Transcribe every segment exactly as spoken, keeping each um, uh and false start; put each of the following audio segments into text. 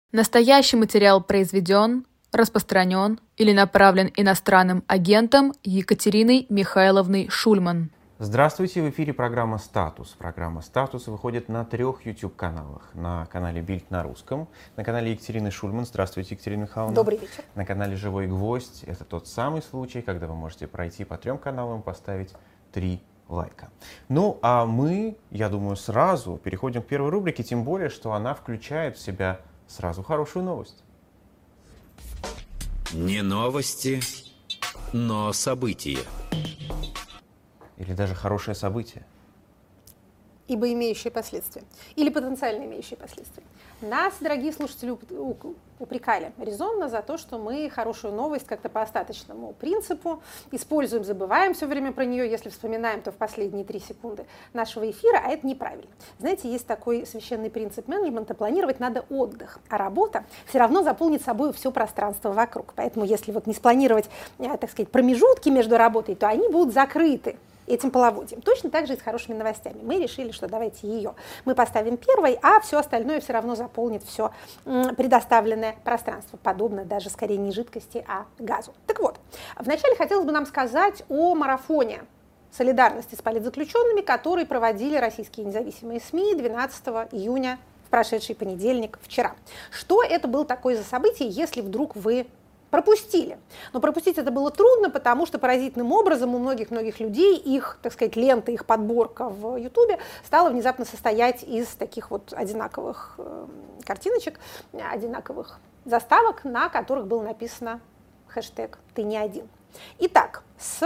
Настоящий материал произведен, распространен или направлен иностранным агентом Екатериной Михайловной Шульман. Здравствуйте, в эфире программа «Статус». Программа «Статус» выходит на трех YouTube-каналах. На канале «Бильд» на русском, на канале Екатерины Шульман. Здравствуйте, Екатерина Михайловна. Добрый вечер. На канале «Живой гвоздь». Это тот самый случай, когда вы можете пройти по трем каналам и поставить три лайка. Ну, а мы, я думаю, сразу переходим к первой рубрике, тем более, что она включает в себя сразу хорошую новость. Не новости, но события. Или даже хорошее событие. Ибо имеющие последствия. Или потенциально имеющие последствия. Нас, дорогие слушатели, упрекали резонно за то, что мы хорошую новость как-то по остаточному принципу используем, забываем все время про нее, если вспоминаем, то в последние три секунды нашего эфира, а это неправильно. Знаете, есть такой священный принцип менеджмента: планировать надо отдых, а работа все равно заполнит собой все пространство вокруг. Поэтому если вот не спланировать, так сказать, промежутки между работой, то они будут закрыты этим половодьем. Точно так же и с хорошими новостями. Мы решили, что давайте ее мы поставим первой, а все остальное все равно заполнит все предоставленное пространство. Подобно даже скорее не жидкости, а газу. Так вот, вначале хотелось бы нам сказать о марафоне солидарности с политзаключенными, который проводили российские независимые СМИ двенадцатого июня, в прошедший понедельник, вчера. Что это было такое за событие, если вдруг вы пропустили. Но пропустить это было трудно, потому что поразительным образом у многих-многих людей их, так сказать, лента, их подборка в Ютубе стала внезапно состоять из таких вот одинаковых э, картиночек, одинаковых заставок, на которых было написано хэштег «Ты не один». Итак, с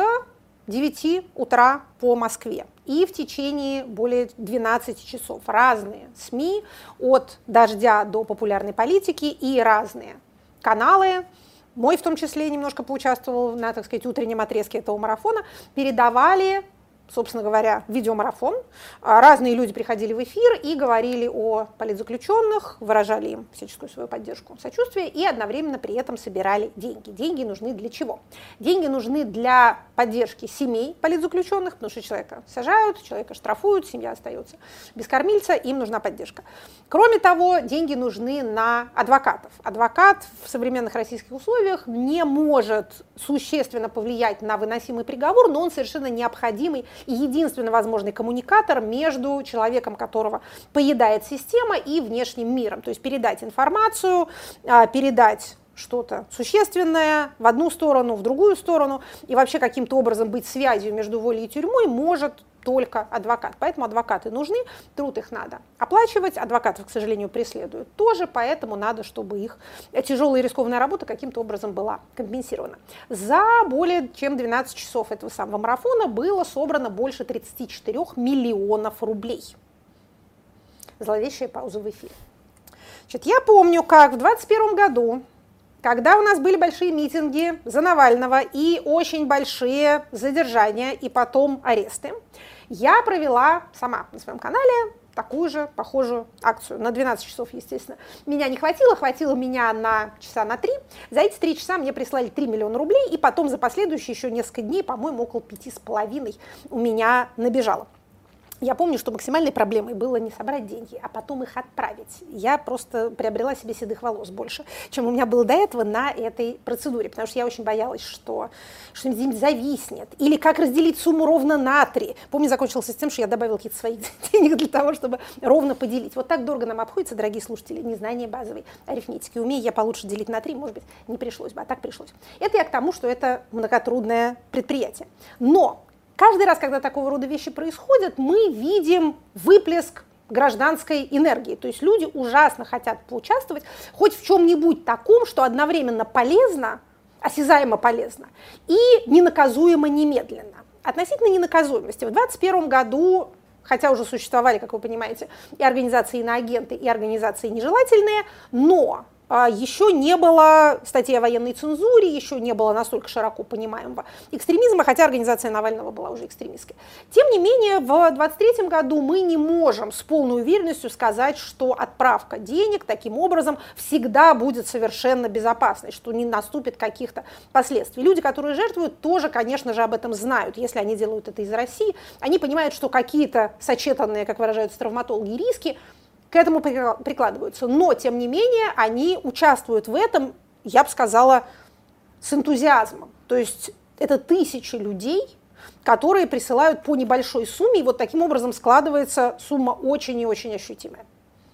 девяти утра по Москве и в течение более двенадцати часов разные СМИ, от «Дождя» до «Популярной политики», и разные каналы, мой в том числе немножко поучаствовал на, так сказать, утреннем отрезке этого марафона, передавали, собственно говоря, видеомарафон. Разные люди приходили в эфир и говорили о политзаключенных, выражали им всяческую свою поддержку, сочувствие и одновременно при этом собирали деньги. Деньги нужны для чего? Деньги нужны для поддержки семей политзаключенных, потому что человека сажают, человека штрафуют, семья остается без кормильца, им нужна поддержка. Кроме того, деньги нужны на адвокатов. Адвокат в современных российских условиях не может существенно повлиять на выносимый приговор, но он совершенно необходимый и единственный возможный коммуникатор между человеком, которого поедает система, и внешним миром. То есть передать информацию, передать что-то существенное в одну сторону, в другую сторону, и вообще каким-то образом быть связью между волей и тюрьмой может только адвокат. Поэтому адвокаты нужны, труд их надо оплачивать, адвокатов, к сожалению, преследуют тоже, поэтому надо, чтобы их тяжелая и рискованная работа каким-то образом была компенсирована. За более чем двенадцать часов этого самого марафона было собрано больше тридцати четырёх миллионов рублей. Зловещая пауза в эфире. Значит, я помню, как в двадцать первом году, когда у нас были большие митинги за Навального и очень большие задержания и потом аресты, я провела сама на своем канале такую же похожую акцию. На двенадцать часов, естественно, меня не хватило, хватило меня на часа на три. За эти три часа мне прислали три миллиона рублей, и потом за последующие еще несколько дней, по-моему, около пяти с половиной у меня набежало. Я помню, что максимальной проблемой было не собрать деньги, а потом их отправить. Я просто приобрела себе седых волос больше, чем у меня было до этого на этой процедуре, потому что я очень боялась, что что-нибудь зависнет. Или как разделить сумму ровно на три. Помню, закончился с тем, что я добавила какие-то свои денег для того, чтобы ровно поделить. Вот так дорого нам обходится, дорогие слушатели, незнание базовой арифметики. Умея я получше делить на три, может быть, не пришлось бы, а так пришлось. Это я к тому, что это многотрудное предприятие. Но каждый раз, когда такого рода вещи происходят, мы видим выплеск гражданской энергии. То есть люди ужасно хотят поучаствовать хоть в чем-нибудь таком, что одновременно полезно, осязаемо полезно, и ненаказуемо немедленно. Относительно ненаказуемости. В двадцать первом году, хотя уже существовали, как вы понимаете, и организации иноагенты, и организации нежелательные, но еще не было статьи о военной цензуре, еще не было настолько широко понимаемого экстремизма, хотя организация Навального была уже экстремистской. Тем не менее, в двадцать третьем году мы не можем с полной уверенностью сказать, что отправка денег таким образом всегда будет совершенно безопасной, что не наступит каких-то последствий. Люди, которые жертвуют, тоже, конечно же, об этом знают. Если они делают это из России, они понимают, что какие-то сочетанные, как выражаются травматологи, риски к этому прикладываются. Но, тем не менее, они участвуют в этом, я бы сказала, с энтузиазмом. То есть это тысячи людей, которые присылают по небольшой сумме, и вот таким образом складывается сумма очень и очень ощутимая.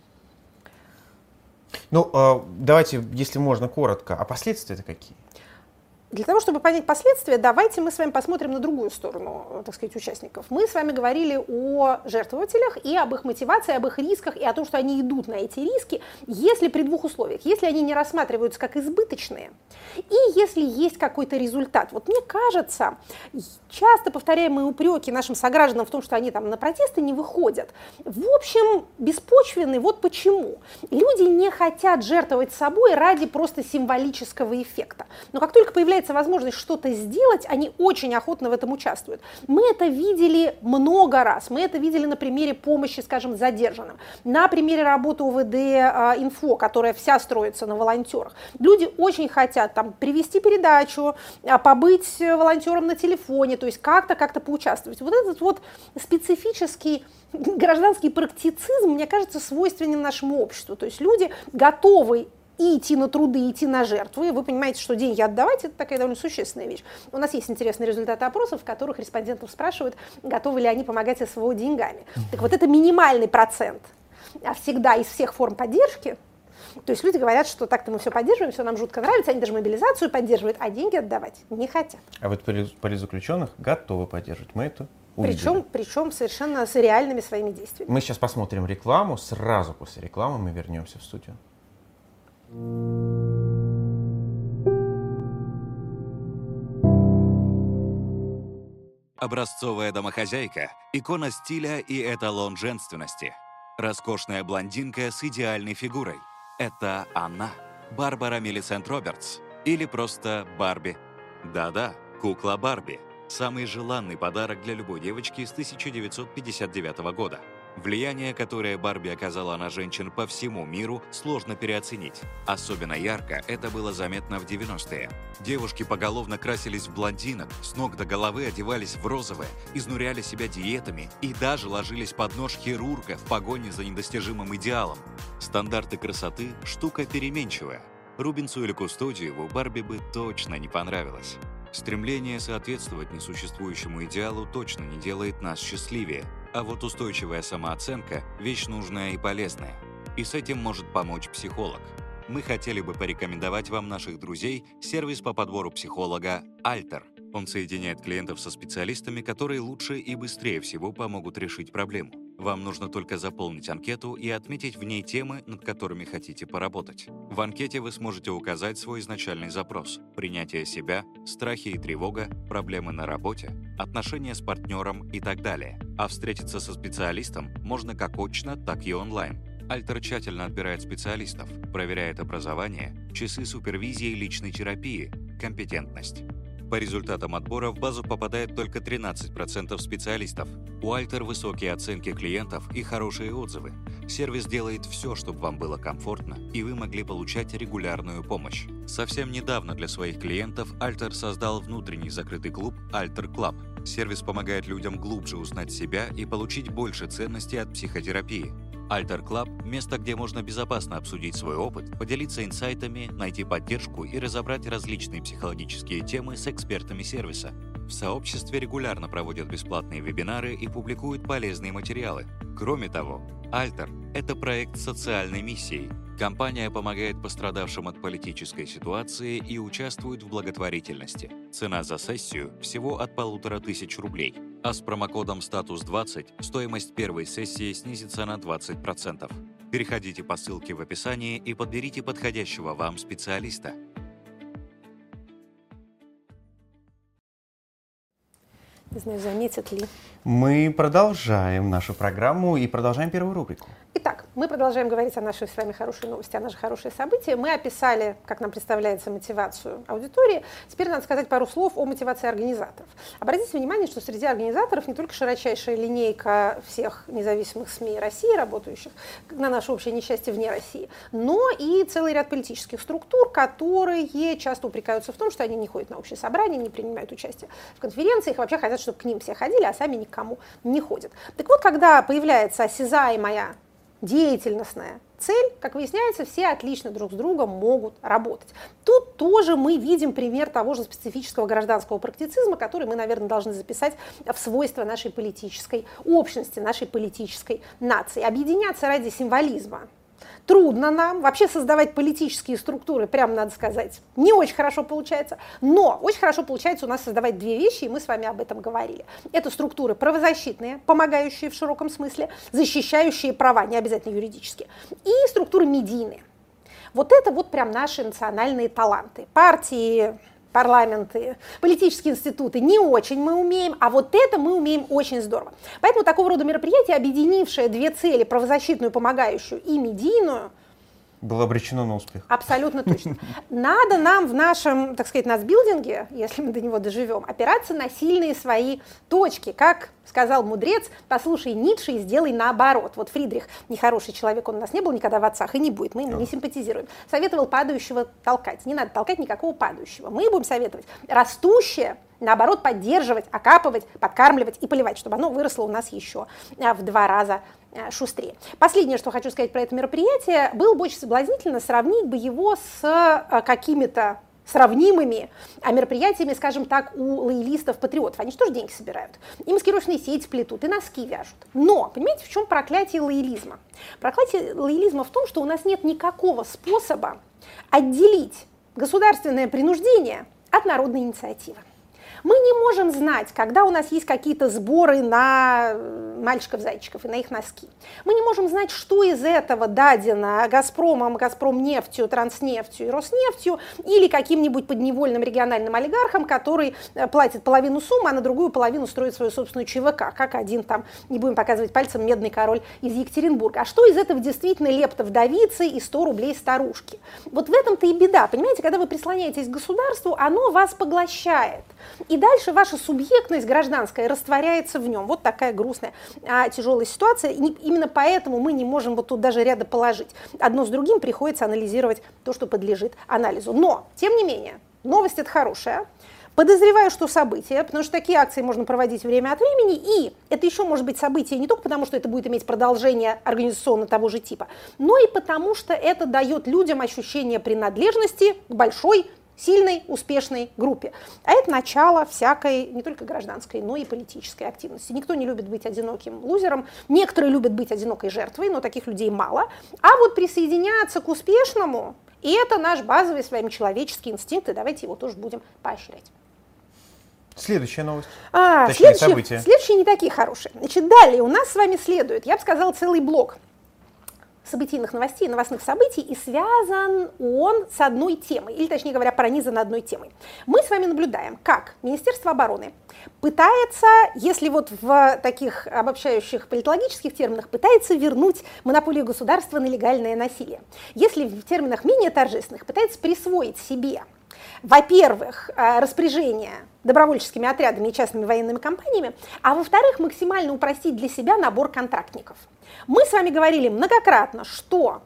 Ну, давайте, если можно, коротко. А последствия-то какие? Для того, чтобы понять последствия, давайте мы с вами посмотрим на другую сторону, так сказать, участников. Мы с вами говорили о жертвователях и об их мотивации, об их рисках и о том, что они идут на эти риски, если при двух условиях. Если они не рассматриваются как избыточные, и если есть какой-то результат. Вот мне кажется, часто повторяемые упреки нашим согражданам в том, что они там на протесты не выходят, в общем, беспочвенны. Вот почему. Люди не хотят жертвовать собой ради просто символического эффекта. Но как только появляется возможность что-то сделать, они очень охотно в этом участвуют. Мы это видели много раз. Мы это видели на примере помощи, скажем, задержанным, на примере работы ОВД-инфо, которая вся строится на волонтерах. Люди очень хотят там привести передачу, побыть волонтером на телефоне, то есть как-то как-то поучаствовать. Вот этот вот специфический гражданский практицизм, мне кажется, свойственен нашему обществу. То есть люди готовы и идти на труды, и идти на жертвы. Вы понимаете, что деньги отдавать – это такая довольно существенная вещь. У нас есть интересные результаты опросов, в которых респондентов спрашивают, готовы ли они помогать СВО деньгами. Так вот, это минимальный процент, а всегда из всех форм поддержки. То есть люди говорят, что так-то мы все поддерживаем, все нам жутко нравится, они даже мобилизацию поддерживают, а деньги отдавать не хотят. А вот политзаключенных готовы поддерживать. Мы это увидели. Причем, причем совершенно с реальными своими действиями. Мы сейчас посмотрим рекламу. Сразу после рекламы мы вернемся в студию. Образцовая домохозяйка – икона стиля и эталон женственности. Роскошная блондинка с идеальной фигурой – это она, Барбара Милисент Робертс, или просто Барби. Да-да, кукла Барби – самый желанный подарок для любой девочки с тысяча девятьсот пятьдесят девятого года. Влияние, которое Барби оказала на женщин по всему миру, сложно переоценить. Особенно ярко это было заметно в девяностые. Девушки поголовно красились в блондинок, с ног до головы одевались в розовое, изнуряли себя диетами и даже ложились под нож хирурга в погоне за недостижимым идеалом. Стандарты красоты – штука переменчивая. Рубинсу или Кустодиеву Барби бы точно не понравилось. Стремление соответствовать несуществующему идеалу точно не делает нас счастливее. А вот устойчивая самооценка – вещь нужная и полезная. И с этим может помочь психолог. Мы хотели бы порекомендовать вам наших друзей сервис по подбору психолога «Альтер». Он соединяет клиентов со специалистами, которые лучше и быстрее всего помогут решить проблему. Вам нужно только заполнить анкету и отметить в ней темы, над которыми хотите поработать. В анкете вы сможете указать свой изначальный запрос – принятие себя, страхи и тревога, проблемы на работе, отношения с партнером и так далее. А встретиться со специалистом можно как очно, так и онлайн. Альтер тщательно отбирает специалистов, проверяет образование, часы супервизии личной терапии, компетентность. По результатам отбора в базу попадает только тринадцать процентов специалистов. У Альтер высокие оценки клиентов и хорошие отзывы. Сервис делает все, чтобы вам было комфортно, и вы могли получать регулярную помощь. Совсем недавно для своих клиентов Альтер создал внутренний закрытый клуб Альтер Клаб. Сервис помогает людям глубже узнать себя и получить больше ценностей от психотерапии. Альтер Клаб – место, где можно безопасно обсудить свой опыт, поделиться инсайтами, найти поддержку и разобрать различные психологические темы с экспертами сервиса. В сообществе регулярно проводят бесплатные вебинары и публикуют полезные материалы. Кроме того, Альтер – это проект с социальной миссией. Компания помогает пострадавшим от политической ситуации и участвует в благотворительности. Цена за сессию всего от полутора тысяч рублей. А с промокодом статус двадцать стоимость первой сессии снизится на двадцать процентов. Переходите по ссылке в описании и подберите подходящего вам специалиста. Не знаю, заметят ли. Мы продолжаем нашу программу и продолжаем первую рубрику. Итак, мы продолжаем говорить о нашей с вами хорошей новости, о наших хороших событиях. Мы описали, как нам представляется, мотивацию аудитории. Теперь надо сказать пару слов о мотивации организаторов. Обратите внимание, что среди организаторов не только широчайшая линейка всех независимых СМИ России, работающих на наше общее несчастье вне России, но и целый ряд политических структур, которые часто упрекаются в том, что они не ходят на общие собрания, не принимают участие в конференциях, вообще хотят, чтобы к ним все ходили, а сами никому не ходят. Так вот, когда появляется осязаемая деятельностная цель, как выясняется, все отлично друг с другом могут работать. Тут тоже мы видим пример того же специфического гражданского практицизма, который мы, наверное, должны записать в свойства нашей политической общности, нашей политической нации. Объединяться ради символизма трудно нам, вообще создавать политические структуры, прямо надо сказать, не очень хорошо получается, но очень хорошо получается у нас создавать две вещи, и мы с вами об этом говорили. Это структуры правозащитные, помогающие в широком смысле, защищающие права, не обязательно юридические, и структуры медийные. Вот это вот прям наши национальные таланты. Партии, парламенты, политические институты не очень мы умеем, а вот это мы умеем очень здорово. Поэтому такого рода мероприятие, объединившее две цели, правозащитную, помогающую и медийную, было обречено на успех. Абсолютно точно. Надо нам в нашем, так сказать, нацбилдинге, если мы до него доживем, опираться на сильные свои точки. Как сказал мудрец, послушай Ницше и сделай наоборот. Вот Фридрих, нехороший человек, он у нас не был никогда в отцах и не будет, мы ему не симпатизируем. Советовал падающего толкать. Не надо толкать никакого падающего. Мы будем советовать растущее, наоборот, поддерживать, окапывать, подкармливать и поливать, чтобы оно выросло у нас еще в два раза шустрее. Последнее, что хочу сказать про это мероприятие, было бы очень соблазнительно сравнить бы его с какими-то сравнимыми мероприятиями, скажем так, у лоялистов-патриотов. Они же тоже деньги собирают. И маскировочные сети плетут, и носки вяжут. Но, понимаете, в чем проклятие лоялизма? Проклятие лоялизма в том, что у нас нет никакого способа отделить государственное принуждение от народной инициативы. Мы не можем знать, когда у нас есть какие-то сборы на мальчиков-зайчиков и на их носки. Мы не можем знать, что из этого дадено «Газпромом», «Газпромнефтью», «Транснефтью» и «Роснефтью» или каким-нибудь подневольным региональным олигархам, который платит половину суммы, а на другую половину строит свою собственную ЧВК, как один там, не будем показывать пальцем, медный король из Екатеринбурга. А что из этого действительно лепта вдовицы и сто рублей старушки? Вот в этом-то и беда. Понимаете, когда вы прислоняетесь к государству, оно вас поглощает. И дальше ваша субъектность гражданская растворяется в нем. Вот такая грустная, а, тяжелая ситуация. И не, именно поэтому мы не можем вот тут даже ряда положить. Одно с другим приходится анализировать то, что подлежит анализу. Но, тем не менее, новость это хорошая. Подозреваю, что событие, потому что такие акции можно проводить время от времени, и это еще может быть событие не только потому, что это будет иметь продолжение организационно того же типа, но и потому, что это дает людям ощущение принадлежности к большой, сильной, успешной группе. А это начало всякой, не только гражданской, но и политической активности. Никто не любит быть одиноким лузером, некоторые любят быть одинокой жертвой, но таких людей мало. А вот присоединяться к успешному, и это наш базовый с вами человеческий инстинкт, и давайте его тоже будем поощрять. Следующая новость. А, Точнее, следующие, события. следующие не такие хорошие. Значит, далее у нас с вами следует, я бы сказала, целый блок событийных новостей, новостных событий, и связан он с одной темой, или, точнее говоря, пронизан одной темой. Мы с вами наблюдаем, как Министерство обороны пытается, если вот в таких обобщающих политологических терминах, пытается вернуть монополию государства на легальное насилие. Если в терминах менее торжественных, пытается присвоить себе, во-первых, распоряжение добровольческими отрядами и частными военными компаниями, а во-вторых, максимально упростить для себя набор контрактников. Мы с вами говорили многократно, что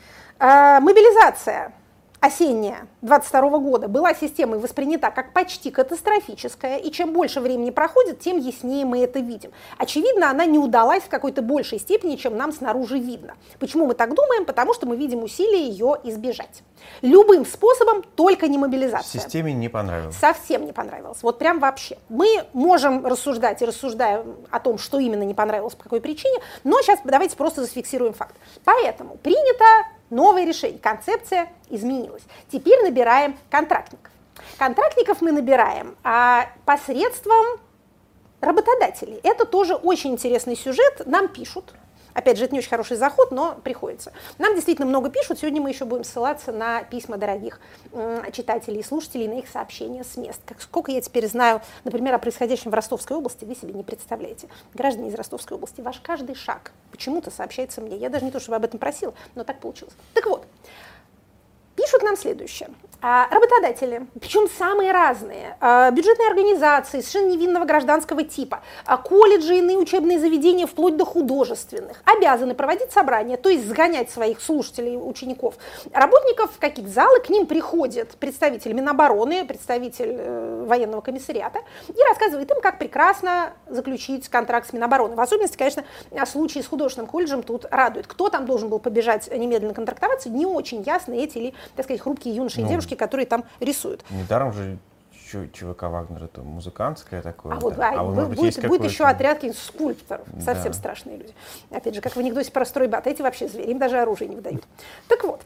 э, мобилизация осенняя двадцать второго года была системой воспринята как почти катастрофическая, и чем больше времени проходит, тем яснее мы это видим. Очевидно, она не удалась в какой-то большей степени, чем нам снаружи видно. Почему мы так думаем? Потому что мы видим усилия ее избежать. Любым способом, только не мобилизация. Системе не понравилось. Совсем не понравилось. Вот прям вообще. Мы можем рассуждать и рассуждаем о том, что именно не понравилось, по какой причине, но сейчас давайте просто зафиксируем факт. Поэтому принято новое решение, концепция изменилась. Теперь набираем контрактников. Контрактников мы набираем а, посредством работодателей. Это тоже очень интересный сюжет, нам пишут. Опять же, это не очень хороший заход, но приходится. Нам действительно много пишут. Сегодня мы еще будем ссылаться на письма дорогих э, читателей и слушателей, на их сообщения с мест. Как, сколько я теперь знаю, например, о происходящем в Ростовской области, вы себе не представляете. Граждане из Ростовской области, ваш каждый шаг почему-то сообщается мне. Я даже не то, чтобы об этом просила, но так получилось. Так вот, пишут к нам следующее. Работодатели, причем самые разные, бюджетные организации совершенно невинного гражданского типа, колледжи и иные учебные заведения вплоть до художественных, обязаны проводить собрания, то есть сгонять своих слушателей, учеников, работников в какие-то залы, к ним приходит представитель Минобороны, представитель военного комиссариата и рассказывает им, как прекрасно заключить контракт с Минобороны. В особенности, конечно, случай с художественным колледжем тут радует. Кто там должен был побежать немедленно контрактоваться, не очень ясно, эти или, так сказать, хрупкие юноши и ну, девушки, которые там рисуют. Недаром же ЧВК Вагнер это музыкантское такое. А, вот, да. а, а будет, быть, есть будет еще отряд скульпторов, да. совсем страшные люди. Опять же, как в анекдоте про стройбат, эти вообще звери, им даже оружие не выдают. Так вот,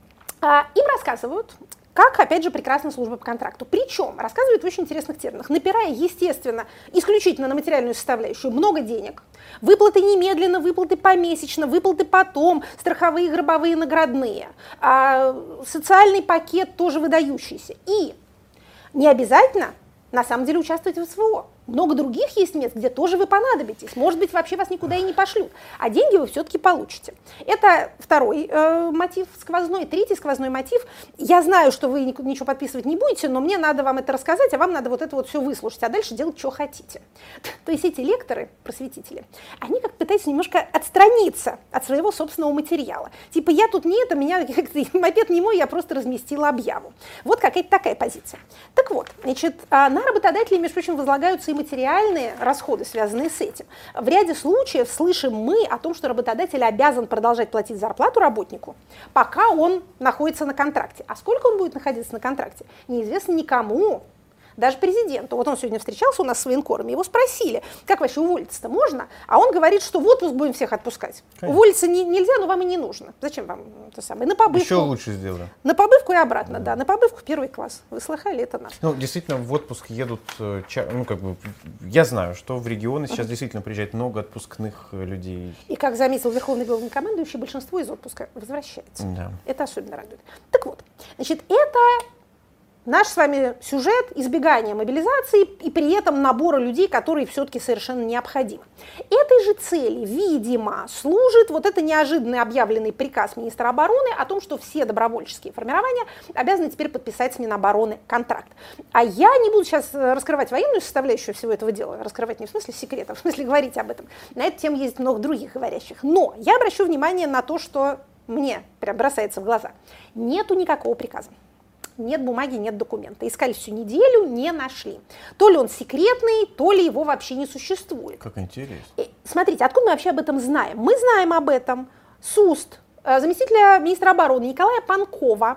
им рассказывают, как, опять же, прекрасна служба по контракту. Причем рассказывают в очень интересных терминах, напирая, естественно, исключительно на материальную составляющую, много денег, выплаты немедленно, выплаты помесячно, выплаты потом, страховые, гробовые, наградные, а социальный пакет тоже выдающийся. И не обязательно на самом деле участвовать в СВО. Много других есть мест, где тоже вы понадобитесь. Может быть, вообще вас никуда и не пошлют. А деньги вы все-таки получите. Это второй э, мотив сквозной. Третий сквозной мотив. Я знаю, что вы ничего подписывать не будете, но мне надо вам это рассказать, а вам надо вот это вот все выслушать, а дальше делать, что хотите. То есть эти лекторы, просветители, они как пытаются немножко отстраниться от своего собственного материала. Типа я тут не это, меня мопед не мой, я просто разместила объяву. Вот какая-то такая позиция. Так вот, значит, на работодателей, между прочим, возлагаются и материальные расходы, связанные с этим. В ряде случаев слышим мы о том, что работодатель обязан продолжать платить зарплату работнику, пока он находится на контракте. А сколько он будет находиться на контракте, неизвестно никому. Даже президенту. Вот он сегодня встречался у нас с военкорами, его спросили, как вообще уволиться-то можно? А он говорит, что в отпуск будем всех отпускать. Конечно. Уволиться не, нельзя, но вам и не нужно. Зачем вам это самое? На побывку. Еще лучше сделаю. На побывку и обратно, да. да. На побывку первый класс. Вы слыхали, это наш. Ну, действительно, в отпуск едут, ну, как бы, я знаю, что в регионы сейчас uh-huh. действительно приезжает много отпускных людей. И, как заметил Верховный главнокомандующий, большинство из отпуска возвращается. Да. Это особенно радует. Так вот, значит, это наш с вами сюжет избегания мобилизации и при этом набора людей, которые все-таки совершенно необходимы. Этой же цели, видимо, служит вот это неожиданный объявленный приказ министра обороны о том, что все добровольческие формирования обязаны теперь подписать с Минобороны контракт. А я не буду сейчас раскрывать военную составляющую всего этого дела, раскрывать не в смысле секрета, а в смысле говорить об этом. На эту тему есть много других говорящих. Но я обращу внимание на то, что мне прям бросается в глаза. Нету никакого приказа. Нет бумаги, нет документа. Искали всю неделю, не нашли. То ли он секретный, то ли его вообще не существует. Как интересно. И, смотрите, откуда мы вообще об этом знаем? Мы знаем об этом с уст заместителя министра обороны Николая Панкова.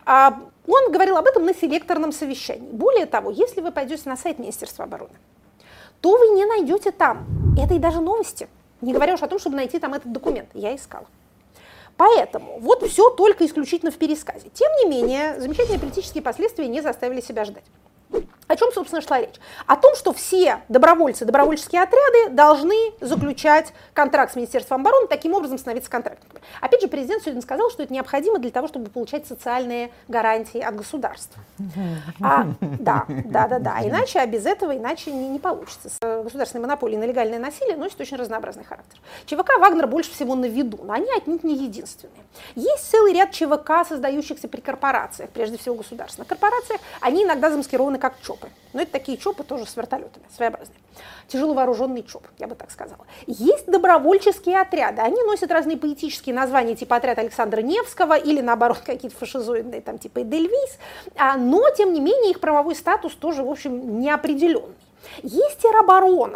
Он говорил об этом на селекторном совещании. Более того, если вы пойдете на сайт Министерства обороны, то вы не найдете там этой даже новости. Не говоря уж о том, чтобы найти там этот документ. Я искала. Поэтому вот все только исключительно в пересказе. Тем не менее, замечательные политические последствия не заставили себя ждать. О чем, собственно, шла речь? О том, что все добровольцы, добровольческие отряды должны заключать контракт с Министерством обороны, таким образом становиться контрактниками. Опять же, президент сегодня сказал, что это необходимо для того, чтобы получать социальные гарантии от государства. А, да, да, да, да. Иначе, а без этого иначе не, не получится. Государственные монополии на легальное насилие носят очень разнообразный характер. ЧВК Вагнер больше всего на виду, но они отнюдь не единственные. Есть целый ряд ЧВК, создающихся при корпорациях, прежде всего государственных корпорациях. Они иногда замаскированы как ЧОПы. Но это такие ЧОПы тоже с вертолетами, своеобразные. Тяжело вооруженный ЧОП, я бы так сказала. Есть добровольческие отряды. Они носят разные поэтические названия, типа отряд Александра Невского или, наоборот, какие-то фашизоидные, там, типа Эдельвейс. Но, тем не менее, их правовой статус тоже, в общем, неопределенный. Есть тероборона,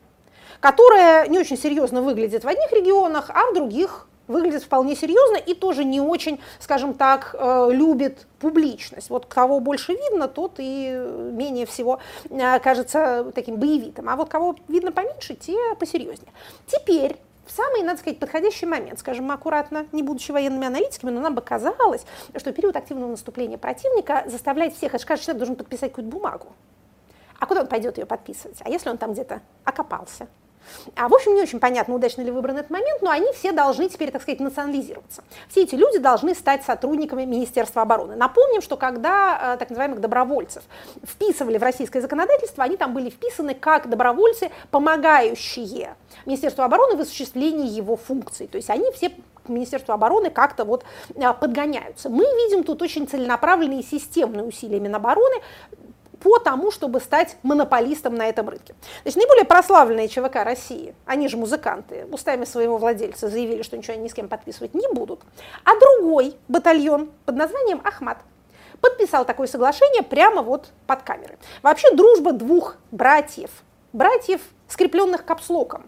которая не очень серьезно выглядит в одних регионах, а в других выглядит вполне серьезно и тоже не очень, скажем так, любит публичность. Вот кого больше видно, тот и менее всего кажется таким боевитым. А вот кого видно поменьше, те посерьезнее. Теперь, в самый, надо сказать, подходящий момент, скажем аккуратно, не будучи военными аналитиками, но нам бы казалось, что период активного наступления противника заставляет всех, аж каждый человек должен подписать какую-то бумагу. А куда он пойдет ее подписывать? А если он там где-то окопался? А, в общем, не очень понятно, удачно ли выбран этот момент, но они все должны теперь, так сказать, национализироваться. Все эти люди должны стать сотрудниками Министерства обороны. Напомним, что когда так называемых добровольцев вписывали в российское законодательство, они там были вписаны как добровольцы, помогающие Министерству обороны в осуществлении его функций. То есть они все к Министерству обороны как-то вот подгоняются. Мы видим тут очень целенаправленные и системные усилия Минобороны по тому, чтобы стать монополистом на этом рынке. Значит, наиболее прославленные ЧВК России, они же музыканты, устами своего владельца заявили, что ничего они ни с кем подписывать не будут. А другой батальон под названием «Ахмат» подписал такое соглашение прямо вот под камеры. Вообще дружба двух братьев, братьев, скрепленных капслоком,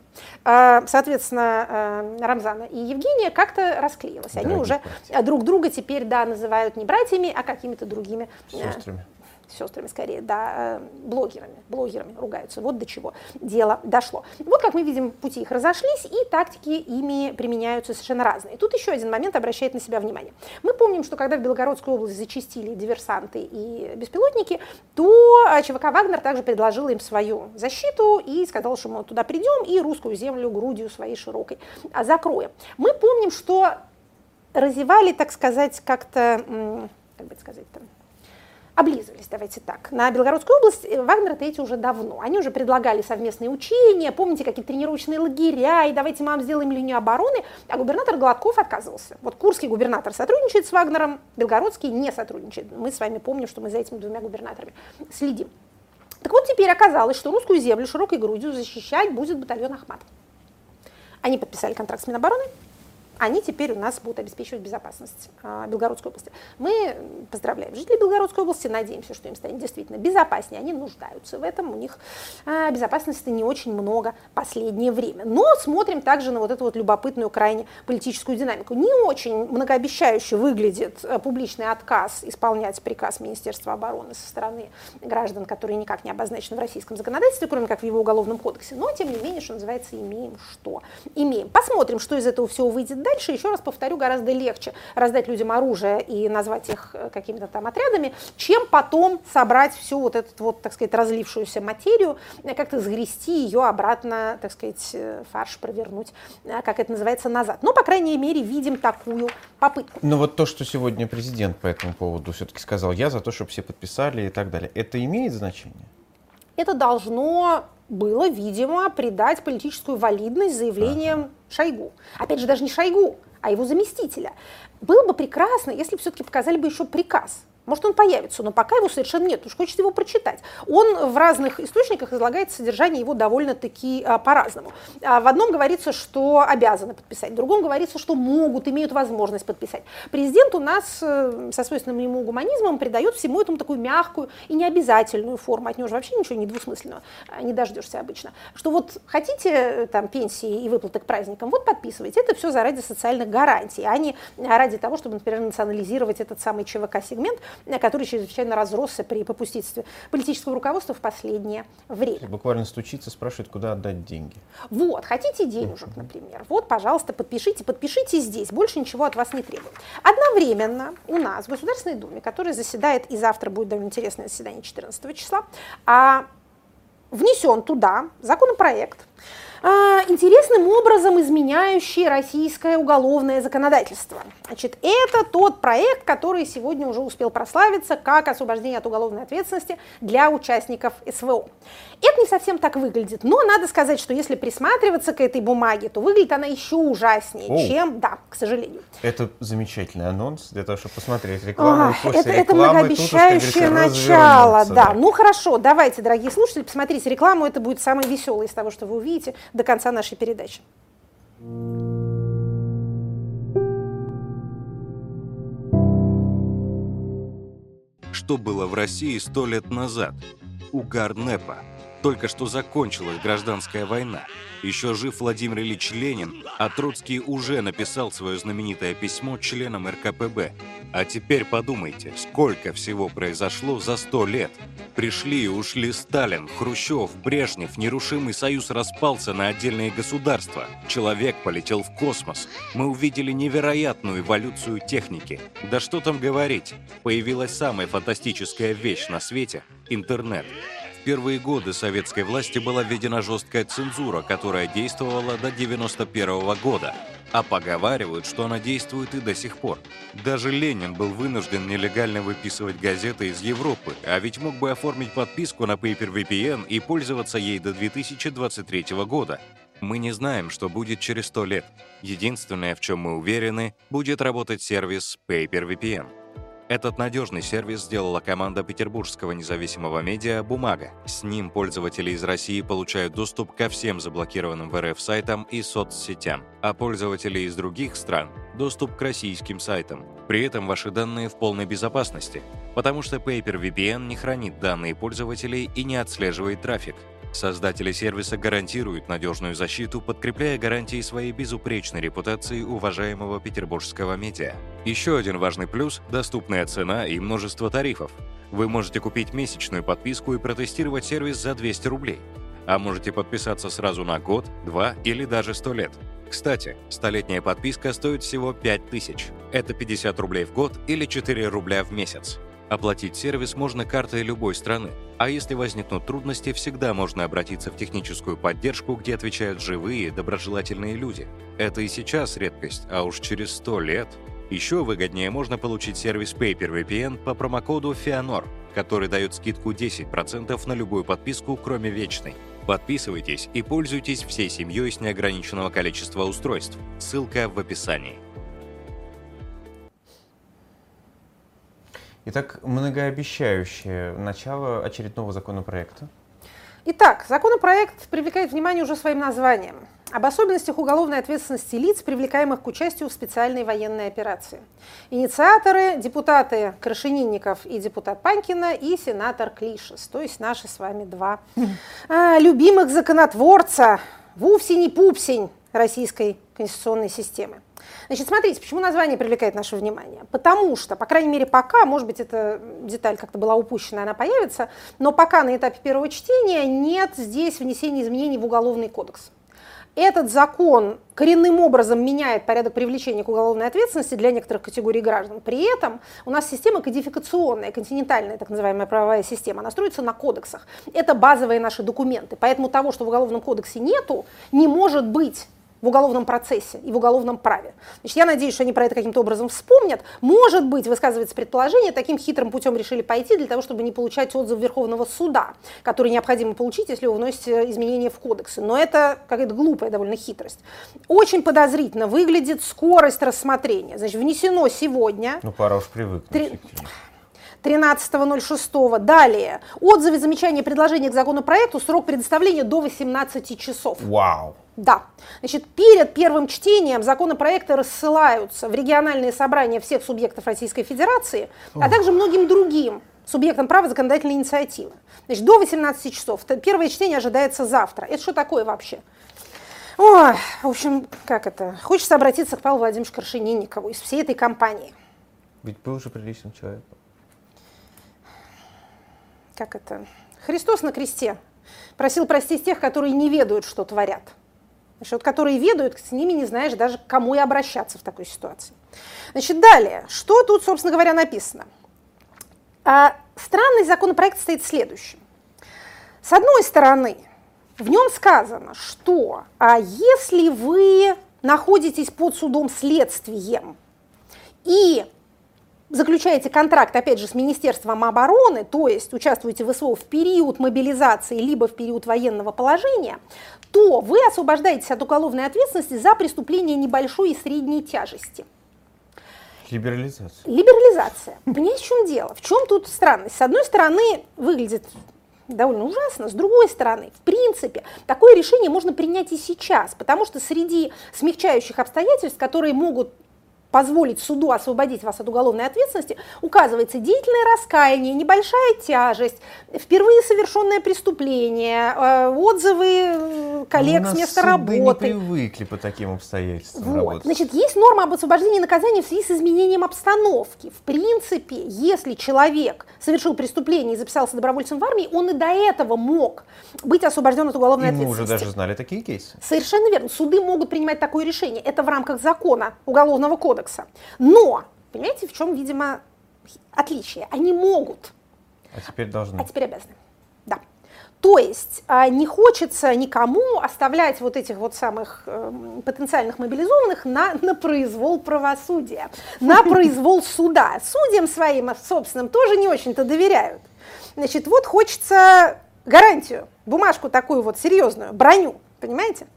соответственно, Рамзана и Евгения, как-то расклеилась. Они Дорогие уже братья. Друг друга теперь, да, называют не братьями, а какими-то другими Сестрами. сестрами скорее, да, блогерами, блогерами ругаются. Вот до чего дело дошло. Вот как мы видим, пути их разошлись, и тактики ими применяются совершенно разные. Тут еще один момент обращает на себя внимание. Мы помним, что когда в Белгородскую область зачастили диверсанты и беспилотники, то ЧВК «Вагнер» также предложил им свою защиту и сказал, что мы туда придем и русскую землю грудью своей широкой закроем. Мы помним, что разевали, так сказать, как-то, как бы сказать-то, облизывались, давайте так. На Белгородскую область Вагнеры-то эти уже давно. Они уже предлагали совместные учения, помните, какие-то тренировочные лагеря, и давайте мы вам сделаем линию обороны, а губернатор Гладков отказывался. Вот курский губернатор сотрудничает с Вагнером, белгородский не сотрудничает. Мы с вами помним, что мы за этими двумя губернаторами следим. Так вот, теперь оказалось, что русскую землю широкой грудью защищать будет батальон «Ахмат». Они подписали контракт с Минобороны. Они теперь у нас будут обеспечивать безопасность а, Белгородской области. Мы поздравляем жителей Белгородской области, надеемся, что им станет действительно безопаснее. Они нуждаются в этом, у них а, безопасности не очень много в последнее время. Но смотрим также на вот эту вот любопытную крайне политическую динамику. Не очень многообещающе выглядит а, публичный отказ исполнять приказ Министерства обороны со стороны граждан, которые никак не обозначены в российском законодательстве, кроме как в его уголовном кодексе. Но, тем не менее, что называется, имеем что имеем. Посмотрим, что из этого всего выйдет дальше. Дальше, еще раз повторю, гораздо легче раздать людям оружие и назвать их какими-то там отрядами, чем потом собрать всю вот эту вот, так сказать, разлившуюся материю, как-то сгрести ее обратно, так сказать, фарш провернуть, как это называется, назад. Но, по крайней мере, видим такую попытку. Но вот то, что сегодня президент по этому поводу все-таки сказал, я за то, чтобы все подписали и так далее, это имеет значение? Это должно было, видимо, придать политическую валидность заявлениям ага. Шойгу. Опять же, даже не Шойгу, а его заместителя. Было бы прекрасно, если бы все-таки показали бы еще приказ. Может, он появится, но пока его совершенно нет, уж хочется его прочитать. Он в разных источниках излагает содержание его довольно-таки а, по-разному. А, в одном говорится, что обязаны подписать, в другом говорится, что могут, имеют возможность подписать. Президент у нас э, со свойственным ему гуманизмом придает всему этому такую мягкую и необязательную форму. От него же вообще ничего не двусмысленного не дождешься обычно. Что вот хотите там пенсии и выплаты к праздникам, вот подписывайте. Это все заради социальных гарантий, а не ради того, чтобы, например, национализировать этот самый ЧВК-сегмент, который чрезвычайно разросся при попустительстве политического руководства в последнее время. Буквально стучится, спрашивает, куда отдать деньги. Вот, хотите денежек, например, вот, пожалуйста, подпишите, подпишите здесь, больше ничего от вас не требуем. Одновременно у нас в Государственной Думе, которая заседает, и завтра будет довольно интересное заседание четырнадцатого числа, а, внесен туда законопроект, интересным образом изменяющий российское уголовное законодательство. Значит, это тот проект, который сегодня уже успел прославиться как освобождение от уголовной ответственности для участников СВО. Это не совсем так выглядит, но надо сказать, что если присматриваться к этой бумаге, то выглядит она еще ужаснее, Оу. чем, да, к сожалению. Это замечательный анонс для того, чтобы посмотреть рекламу. А, и после это, рекламы это многообещающее тут, начало, да. да. Ну хорошо, давайте, дорогие слушатели, посмотрите рекламу, это будет самое веселое из того, что вы увидите до конца нашей передачи. Что было в России сто лет назад? Угар НЭПа. Только что закончилась гражданская война. Еще жив Владимир Ильич Ленин, а Троцкий уже написал свое знаменитое письмо членам эр ка пэ бэ. А теперь подумайте, сколько всего произошло за сто лет. Пришли и ушли Сталин, Хрущев, Брежнев, нерушимый союз распался на отдельные государства. Человек полетел в космос. Мы увидели невероятную эволюцию техники. Да что там говорить, появилась самая фантастическая вещь на свете – интернет. В первые годы советской власти была введена жесткая цензура, которая действовала до девяносто первого года. А поговаривают, что она действует и до сих пор. Даже Ленин был вынужден нелегально выписывать газеты из Европы, а ведь мог бы оформить подписку на Paper ви пи эн и пользоваться ей до две тысячи двадцать третьего года. Мы не знаем, что будет через сто лет. Единственное, в чем мы уверены, будет работать сервис PaperVPN. Этот надежный сервис сделала команда петербургского независимого медиа «Бумага». С ним пользователи из России получают доступ ко всем заблокированным в эр эф сайтам и соцсетям, а пользователи из других стран – доступ к российским сайтам. При этом ваши данные в полной безопасности, потому что PaperVPN не хранит данные пользователей и не отслеживает трафик. Создатели сервиса гарантируют надежную защиту, подкрепляя гарантии своей безупречной репутации уважаемого петербургского медиа. Еще один важный плюс – доступная цена и множество тарифов. Вы можете купить месячную подписку и протестировать сервис за двести рублей. А можете подписаться сразу на год, два или даже сто лет. Кстати, столетняя подписка стоит всего пять тысяч. Это пятьдесят рублей в год или четыре рубля в месяц. Оплатить сервис можно картой любой страны, а если возникнут трудности, всегда можно обратиться в техническую поддержку, где отвечают живые, доброжелательные люди. Это и сейчас редкость, а уж через сто лет. Еще выгоднее можно получить сервис PaperVPN по промокоду FIANOR, который дает скидку десять процентов на любую подписку, кроме вечной. Подписывайтесь и пользуйтесь всей семьей с неограниченного количества устройств. Ссылка в описании. Итак, многообещающее начало очередного законопроекта. Итак, законопроект привлекает внимание уже своим названием. Об особенностях уголовной ответственности лиц, привлекаемых к участию в специальной военной операции. Инициаторы – депутаты Крашенинников и депутат Панькина и сенатор Клишес, то есть наши с вами два а, любимых законотворца, вовсе не пупсень российской конституционной системы. Значит, смотрите, почему название привлекает наше внимание. Потому что, по крайней мере, пока, может быть, эта деталь как-то была упущена, она появится, но пока на этапе первого чтения нет здесь внесения изменений в Уголовный кодекс. Этот закон коренным образом меняет порядок привлечения к уголовной ответственности для некоторых категорий граждан. При этом у нас система кодификационная, континентальная так называемая правовая система, она строится на кодексах. Это базовые наши документы. Поэтому того, что в Уголовном кодексе нету, не может быть в уголовном процессе и в уголовном праве. Значит, я надеюсь, что они про это каким-то образом вспомнят. Может быть, высказывается предположение, таким хитрым путем решили пойти для того, чтобы не получать отзыв Верховного суда, который необходимо получить, если вы вносите изменения в кодексы. Но это какая-то глупая довольно хитрость. Очень подозрительно выглядит скорость рассмотрения. Значит, внесено сегодня. Ну, пора уж привыкнуть. Три... тринадцатого ноль шестого. Далее. Отзывы, замечания, предложения к законопроекту. Срок предоставления до восемнадцати часов. Вау. Да. Значит, перед первым чтением законопроекты рассылаются в региональные собрания всех субъектов Российской Федерации, а также многим другим субъектам права законодательной инициативы. Значит, до восемнадцати часов. Первое чтение ожидается завтра. Это что такое вообще? Ой, в общем, как это? Хочется обратиться к Павлу Владимировичу Крашенинникову из всей этой компании. Ведь был же приличным человеком. Как это? Христос на кресте просил простить тех, которые не ведают, что творят. Значит, вот, которые ведают, с ними не знаешь даже, к кому и обращаться в такой ситуации. Значит, далее, что тут, собственно говоря, написано? А, странный законопроект стоит следующим. С одной стороны, в нем сказано, что а если вы находитесь под судом следствием и заключаете контракт, опять же, с Министерством обороны, то есть участвуете в СВО в период мобилизации либо в период военного положения, то вы освобождаетесь от уголовной ответственности за преступление небольшой и средней тяжести. Либерализация. Либерализация. Понимаете, в чем дело? В чем тут странность? С одной стороны, выглядит довольно ужасно, с другой стороны, в принципе, такое решение можно принять и сейчас, потому что среди смягчающих обстоятельств, которые могут позволить суду освободить вас от уголовной ответственности, указывается деятельное раскаяние, небольшая тяжесть, впервые совершенное преступление, отзывы коллег с места работы. Мы не привыкли по таким обстоятельствам вот. работать. Значит, есть норма об освобождении наказания в связи с изменением обстановки. В принципе, если человек совершил преступление и записался добровольцем в армии, он и до этого мог быть освобожден от уголовной и ответственности. Мы уже даже знали такие кейсы. Совершенно верно. Суды могут принимать такое решение. Это в рамках закона Уголовного кодекса. Но, понимаете, в чем, видимо, отличие? Они могут. А теперь должны. А теперь обязаны. Да. То есть не хочется никому оставлять вот этих вот самых э, потенциальных мобилизованных на, на произвол правосудия, на произвол суда. Судьям своим собственным тоже не очень-то доверяют. Значит, вот хочется гарантию, бумажку такую вот серьезную, броню, понимаете?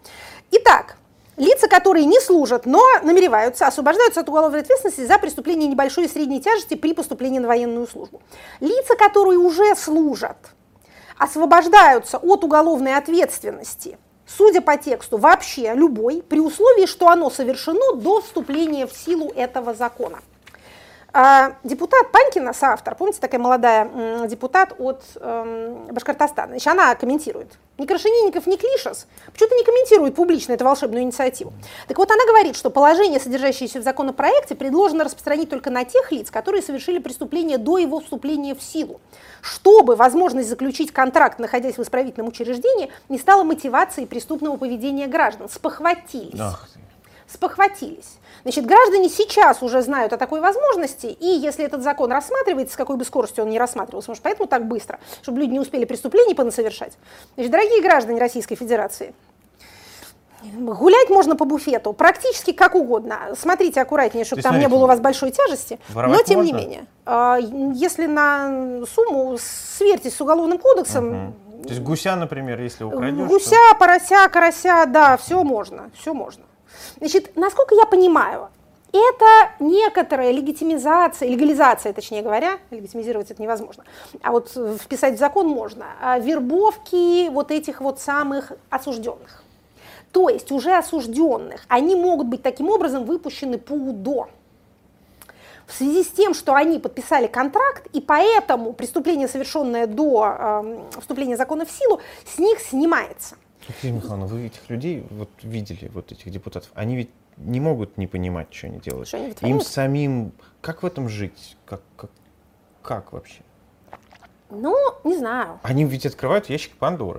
Итак, лица, которые не служат, но намереваются, освобождаются от уголовной ответственности за преступления небольшой и средней тяжести при поступлении на военную службу. Лица, которые уже служат, освобождаются от уголовной ответственности, судя по тексту, вообще любой, при условии, что оно совершено до вступления в силу этого закона. А депутат Панькина, соавтор, помните, такая молодая м, депутат от м, Башкортостана, значит, она комментирует. Ни Крашенинников, ни Клишес почему-то не комментируют публично эту волшебную инициативу. Так вот, она говорит, что положение, содержащееся в законопроекте, предложено распространить только на тех лиц, которые совершили преступление до его вступления в силу, чтобы возможность заключить контракт, находясь в исправительном учреждении, не стала мотивацией преступного поведения граждан. Спохватились. Ах ты. Спохватились. Значит, граждане сейчас уже знают о такой возможности, и если этот закон рассматривается, с какой бы скоростью он ни рассматривался, может, поэтому так быстро, чтобы люди не успели преступлений понасовершать. Значит, дорогие граждане Российской Федерации, гулять можно по буфету практически как угодно. Смотрите аккуратнее, чтобы там смотрите, не было у вас большой тяжести, но тем можно? не менее, если на сумму сверьтесь с Уголовным кодексом. Угу. То есть гуся, например, если украдешь. Гуся, то... порося, карася, да, все можно, все можно. Значит, насколько я понимаю, это некоторая легитимизация, легализация, точнее говоря, легитимизировать это невозможно, а вот вписать в закон можно, вербовки вот этих вот самых осужденных. То есть уже осужденных, они могут быть таким образом выпущены по УДО. В связи с тем, что они подписали контракт, и поэтому преступление, совершенное до э, вступления закона в силу, с них снимается. Екатерина Михайловна, вы этих людей вот видели, вот этих депутатов, они ведь не могут не понимать, что они делают. Что они Им самим, как в этом жить? Как, как, как вообще? Ну, не знаю. Они ведь открывают ящик Пандоры.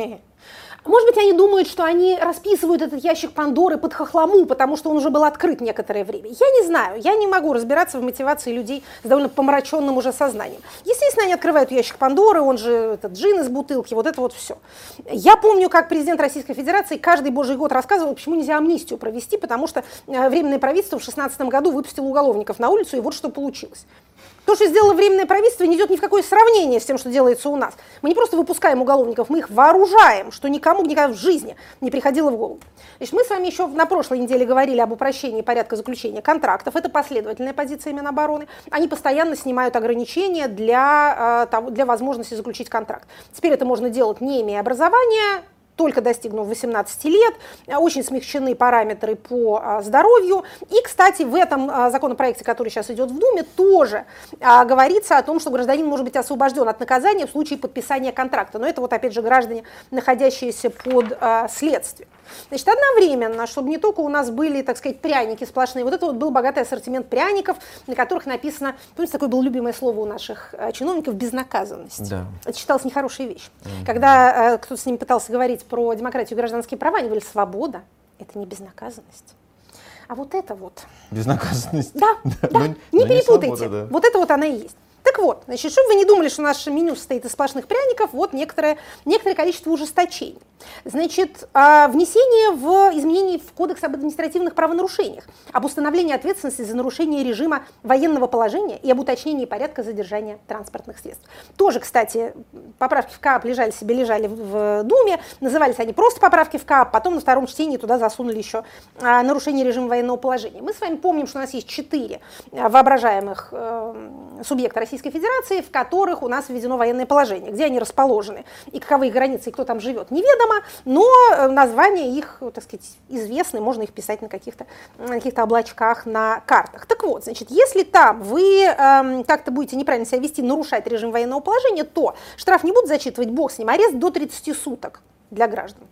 Может быть, они думают, что они расписывают этот ящик Пандоры под хохлому, потому что он уже был открыт некоторое время. Я не знаю, я не могу разбираться в мотивации людей с довольно помраченным уже сознанием. Естественно, они открывают ящик Пандоры, он же этот джин из бутылки, вот это вот все. Я помню, как президент Российской Федерации каждый божий год рассказывал, почему нельзя амнистию провести, потому что Временное правительство в шестнадцатом году выпустило уголовников на улицу, и вот что получилось. То, что сделало Временное правительство, не идет ни в какое сравнение с тем, что делается у нас. Мы не просто выпускаем уголовников, мы их вооружаем, что никому никогда в жизни не приходило в голову. Значит, мы с вами еще на прошлой неделе говорили об упрощении порядка заключения контрактов. Это последовательная позиция Минобороны. Они постоянно снимают ограничения для, для возможности заключить контракт. Теперь это можно делать, не имея образования, только достигнув восемнадцати лет, очень смягчены параметры по здоровью. И, кстати, в этом законопроекте, который сейчас идет в Думе, тоже говорится о том, что гражданин может быть освобожден от наказания в случае подписания контракта. Но это вот, опять же, граждане, находящиеся под следствием. Значит, одновременно, чтобы не только у нас были, так сказать, пряники сплошные, вот это вот был богатый ассортимент пряников, на которых написано, помните, такое было любимое слово у наших чиновников, безнаказанность. Да. Это считалось нехорошей вещью. Mm-hmm. Когда кто-то с ними пытался говорить про демократию и гражданские права, они говорили, свобода – это не безнаказанность. А вот это вот… Безнаказанность. Да, да, да. не но перепутайте. Не свобода, да. Вот это вот она и есть. Так вот, значит, чтобы вы не думали, что наше меню состоит из сплошных пряников, вот некоторое, некоторое количество ужесточений. Значит, внесение в изменений в Кодекс об административных правонарушениях, об установлении ответственности за нарушение режима военного положения и об уточнении порядка задержания транспортных средств. Тоже, кстати, поправки в КАП лежали себе, лежали в Думе, назывались они просто поправки в КАП, потом на втором чтении туда засунули еще нарушение режима военного положения. Мы с вами помним, что у нас есть четыре воображаемых субъекта Российской Российской Федерации, в которых у нас введено военное положение. Где они расположены и каковы их границы, и кто там живет, неведомо, но названия их, так сказать, известны, можно их писать на каких-то, на каких-то облачках, на картах. Так вот, значит, если там вы э, как-то будете неправильно себя вести, нарушать режим военного положения, то штраф не будут зачитывать, бог с ним, арест до тридцати суток для граждан.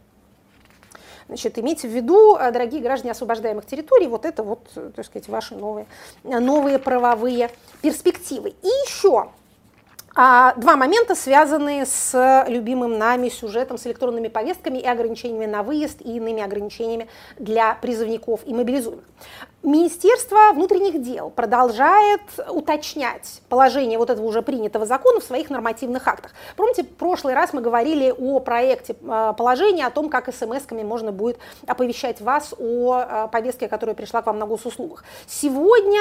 Значит, имейте в виду, дорогие граждане освобождаемых территорий, вот это вот, так сказать, ваши новые, новые правовые перспективы. И еще а, два момента, связанные с любимым нами сюжетом, с электронными повестками и ограничениями на выезд, и иными ограничениями для призывников и мобилизуемых. Министерство внутренних дел продолжает уточнять положение вот этого уже принятого закона в своих нормативных актах. Помните, в прошлый раз мы говорили о проекте положения, о том, как смс-ками можно будет оповещать вас о повестке, которая пришла к вам на госуслугах. Сегодня,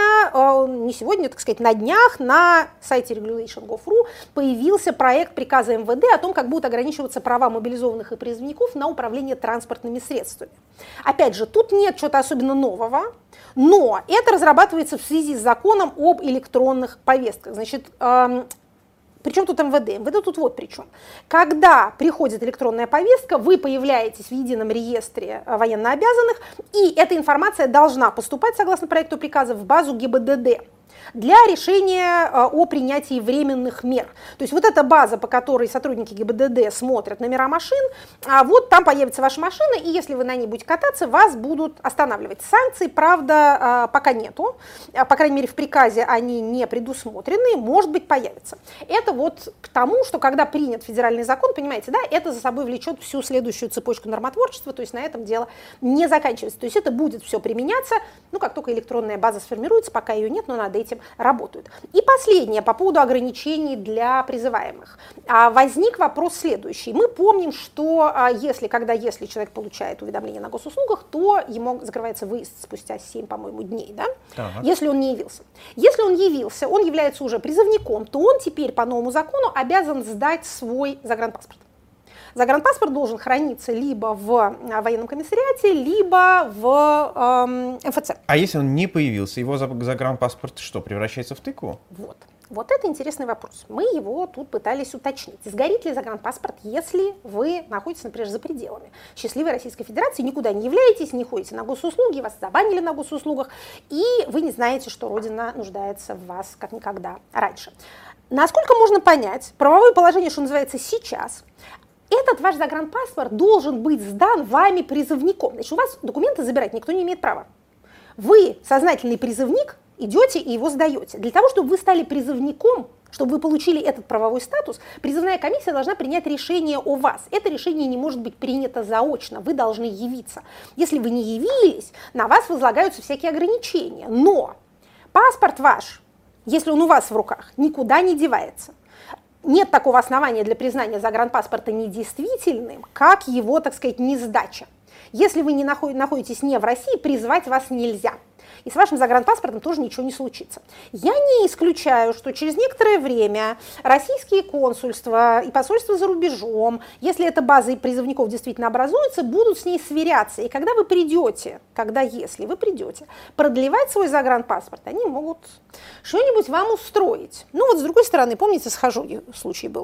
не сегодня, так сказать, на днях на сайте regulation точка gov точка ru появился проект приказа эм вэ дэ о том, как будут ограничиваться права мобилизованных и призывников на управление транспортными средствами. Опять же, тут нет чего-то особенно нового. Но это разрабатывается в связи с законом об электронных повестках. Значит, эм, причем тут эм вэ дэ? эм вэ дэ тут вот при чем. Когда приходит электронная повестка, вы появляетесь в едином реестре военнообязанных, и эта информация должна поступать, согласно проекту приказа, в базу гэ бэ дэ дэ для решения о принятии временных мер. То есть вот эта база, по которой сотрудники гэ бэ дэ дэ смотрят номера машин, а вот там появится ваша машина, и если вы на ней будете кататься, вас будут останавливать. Санкций, правда, пока нету, по крайней мере в приказе они не предусмотрены, может быть, появятся. Это вот к тому, что когда принят федеральный закон, понимаете, да, это за собой влечет всю следующую цепочку нормотворчества, то есть на этом дело не заканчивается. То есть это будет все применяться, ну как только электронная база сформируется, пока ее нет, но над этим работают. И последнее по поводу ограничений для призываемых. Возник вопрос следующий. Мы помним, что если, когда если человек получает уведомление на госуслугах, то ему закрывается выезд спустя семь, по-моему, дней, да? Так. Если он не явился. Если он явился, он является уже призывником, то он теперь по новому закону обязан сдать свой загранпаспорт. Загранпаспорт должен храниться либо в военном комиссариате, либо в эм, эм эф цэ. А если он не появился, его загранпаспорт что, превращается в тыкву? Вот. Вот это интересный вопрос. Мы его тут пытались уточнить. Сгорит ли загранпаспорт, если вы находитесь, например, за пределами счастливой Российской Федерации, никуда не являетесь, не ходите на госуслуги, вас забанили на госуслугах, и вы не знаете, что Родина нуждается в вас как никогда раньше. Насколько можно понять, правовое положение, что называется, сейчас, этот ваш загранпаспорт должен быть сдан вами призывником. Значит, у вас документы забирать никто не имеет права. Вы, сознательный призывник, идете и его сдаете. Для того, чтобы вы стали призывником, чтобы вы получили этот правовой статус, призывная комиссия должна принять решение о вас. Это решение не может быть принято заочно, вы должны явиться. Если вы не явились, на вас возлагаются всякие ограничения. Но паспорт ваш, если он у вас в руках, никуда не девается. Нет такого основания для признания загранпаспорта недействительным, как его, так сказать, несдача. Если вы не находитесь не в России, призвать вас нельзя. И с вашим загранпаспортом тоже ничего не случится. Я не исключаю, что через некоторое время российские консульства и посольства за рубежом, если эта база призывников действительно образуется, будут с ней сверяться. И когда вы придете, когда если вы придете продлевать свой загранпаспорт, они могут что-нибудь вам устроить. Ну вот с другой стороны, помните, с Хажуги случай был.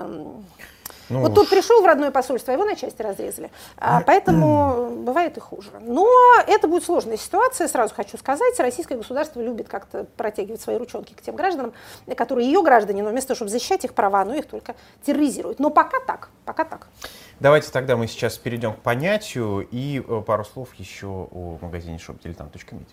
Ну, вот тут пришел в родное посольство, его на части разрезали, а, поэтому бывает и хуже. Но это будет сложная ситуация, сразу хочу сказать. Российское государство любит как-то протягивать свои ручонки к тем гражданам, которые ее граждане, но вместо того, чтобы защищать их права, оно их только терроризирует. Но пока так, пока так. Давайте тогда мы сейчас перейдем к понятию и пару слов еще о магазине шоп дилетант точка медиа.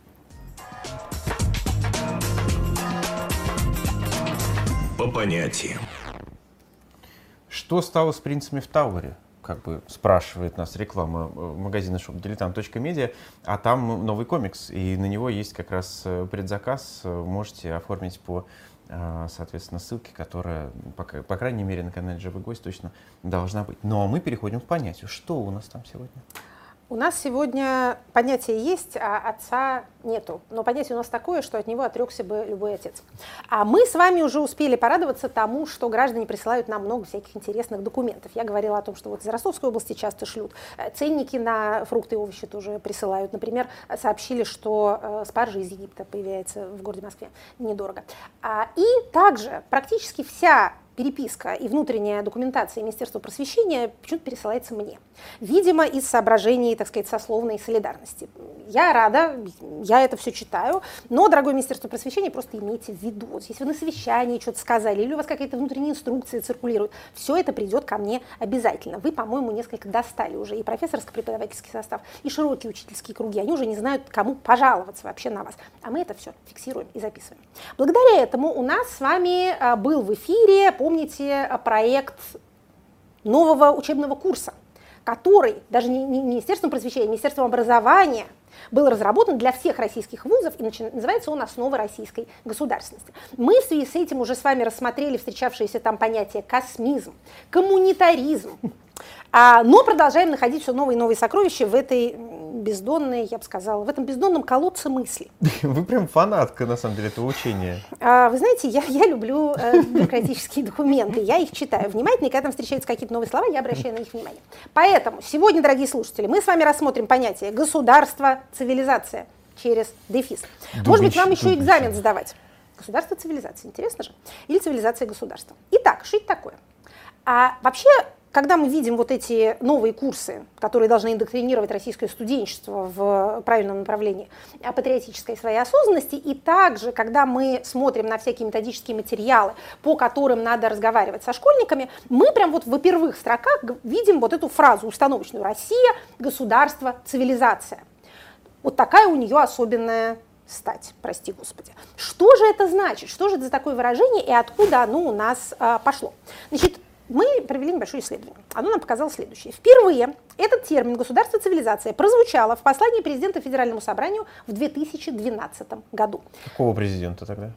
По понятиям. Что стало с принцами в Тауэре? Как бы спрашивает нас реклама магазина шоп дилетант точка медиа, а там новый комикс, и на него есть как раз предзаказ, можете оформить по, соответственно, ссылке, которая, по, по крайней мере, на канале Живой Гость точно должна быть. Ну а мы переходим к понятию. Что у нас там сегодня? У нас сегодня понятие есть, а отца нету. Но понятие у нас такое, что от него отрекся бы любой отец. А мы с вами уже успели порадоваться тому, что граждане присылают нам много всяких интересных документов. Я говорила о том, что вот из Ростовской области часто шлют. Ценники на фрукты и овощи тоже присылают. Например, сообщили, что спаржа из Египта появляется в городе Москве недорого. И также практически вся переписка и внутренняя документация Министерства просвещения почему-то пересылается мне. Видимо, из соображений, так сказать, сословной солидарности. Я рада, я это все читаю, но, дорогое Министерство просвещения, просто имейте в виду, вот, если вы на совещании что-то сказали, или у вас какие-то внутренние инструкции циркулируют, все это придет ко мне обязательно. Вы, по-моему, несколько достали уже и профессорско-преподавательский состав, и широкие учительские круги. Они уже не знают, кому пожаловаться вообще на вас. А мы это все фиксируем и записываем. Благодаря этому у нас с вами был в эфире, помните, проект нового учебного курса, который даже не Министерством просвещения, а Министерством образования Был разработан для всех российских вузов, и называется он «Основа российской государственности». Мы в связи с этим уже с вами рассмотрели встречавшиеся там понятия космизм, коммунитаризм, а, но продолжаем находить все новые и новые сокровища в этой бездонной, я бы сказала, в этом бездонном колодце мысли. Вы прям фанатка, на самом деле, этого учения. А, вы знаете, я, я люблю э, бюрократические документы, я их читаю внимательно, и когда там встречаются какие-то новые слова, я обращаю на них внимание. Поэтому сегодня, дорогие слушатели, мы с вами рассмотрим понятие государство, цивилизация через дефис. Дубич, Может быть, вам еще дубич. экзамен сдавать. Государство, цивилизация, интересно же? Или цивилизация, государство. Итак, что это такое? А вообще, когда мы видим вот эти новые курсы, которые должны индоктринировать российское студенчество в правильном направлении патриотической своей осознанности, и также, когда мы смотрим на всякие методические материалы, по которым надо разговаривать со школьниками, мы прям вот в первых строках видим вот эту фразу установочную: «Россия, государство, цивилизация». Вот такая у нее особенная стать, прости господи. Что же это значит? Что же это за такое выражение и откуда оно у нас а, пошло? Значит, мы провели небольшое исследование. Оно нам показало следующее. Впервые этот термин «государство-цивилизация» прозвучало в послании президента Федеральному собранию в две тысячи двенадцатом году. Какого президента тогда?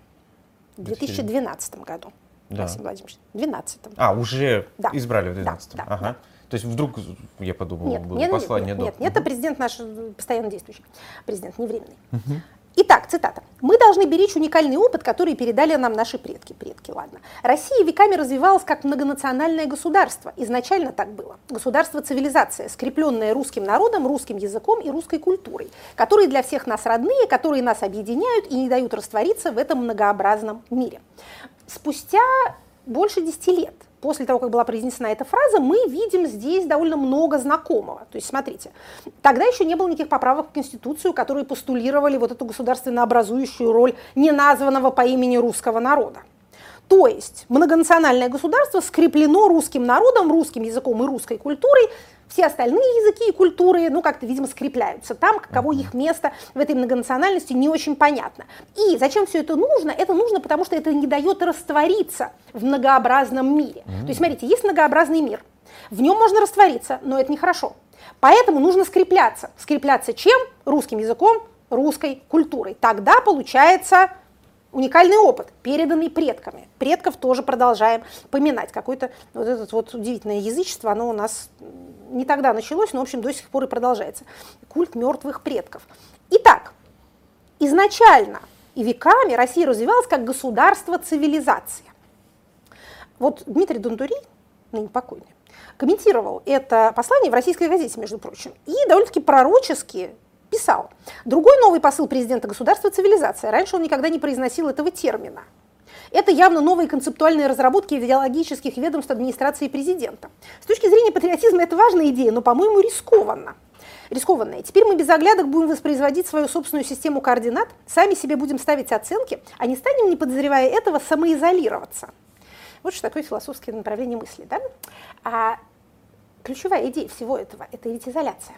В две тысячи двенадцатом году. Да. Василий Владимирович, в две тысячи двенадцатом. А, уже Да. избрали в две тысячи двенадцатом. Да, да, ага. да. То есть вдруг, я подумал, Нет, было нет, послание нет, до. нет, нет, это президент наш э, постоянно действующий, президент, не временный. Угу. Итак, цитата. «Мы должны беречь уникальный опыт, который передали нам наши предки». Предки, ладно. Россия веками развивалась как многонациональное государство. Изначально так было. Государство-цивилизация, скрепленное русским народом, русским языком и русской культурой, которые для всех нас родные, которые нас объединяют и не дают раствориться в этом многообразном мире. Спустя больше десяти лет после того, как была произнесена эта фраза, мы видим здесь довольно много знакомого. То есть, смотрите, тогда еще не было никаких поправок в Конституцию, которые постулировали вот эту государственно-образующую роль неназванного по имени русского народа. То есть многонациональное государство скреплено русским народом, русским языком и русской культурой. Все остальные языки и культуры, ну, как-то, видимо, скрепляются там, каково их место в этой многонациональности, не очень понятно. И зачем все это нужно? Это нужно, потому что это не дает раствориться в многообразном мире. Mm-hmm. То есть, смотрите, есть многообразный мир, в нем можно раствориться, но это нехорошо. Поэтому нужно скрепляться. Скрепляться чем? Русским языком, русской культурой. Тогда получается уникальный опыт, переданный предками. Предков тоже продолжаем поминать. Какое-то вот это вот удивительное язычество, оно у нас не тогда началось, но, в общем, до сих пор и продолжается. Культ мертвых предков. Итак, изначально и веками Россия развивалась как государство-цивилизация. Вот Дмитрий Дундури, ныне покойный, комментировал это послание в «Российской газете», между прочим, и довольно-таки пророчески писал. Другой новый посыл президента государства – цивилизация. Раньше он никогда не произносил этого термина. Это явно новые концептуальные разработки идеологических ведомств администрации президента. С точки зрения патриотизма это важная идея, но, по-моему, рискованно. Рискованная. Теперь мы без оглядок будем воспроизводить свою собственную систему координат, сами себе будем ставить оценки, а не станем, не подозревая этого, самоизолироваться. Вот что такое философское направление мысли. Да? А ключевая идея всего этого – это ведь изоляция.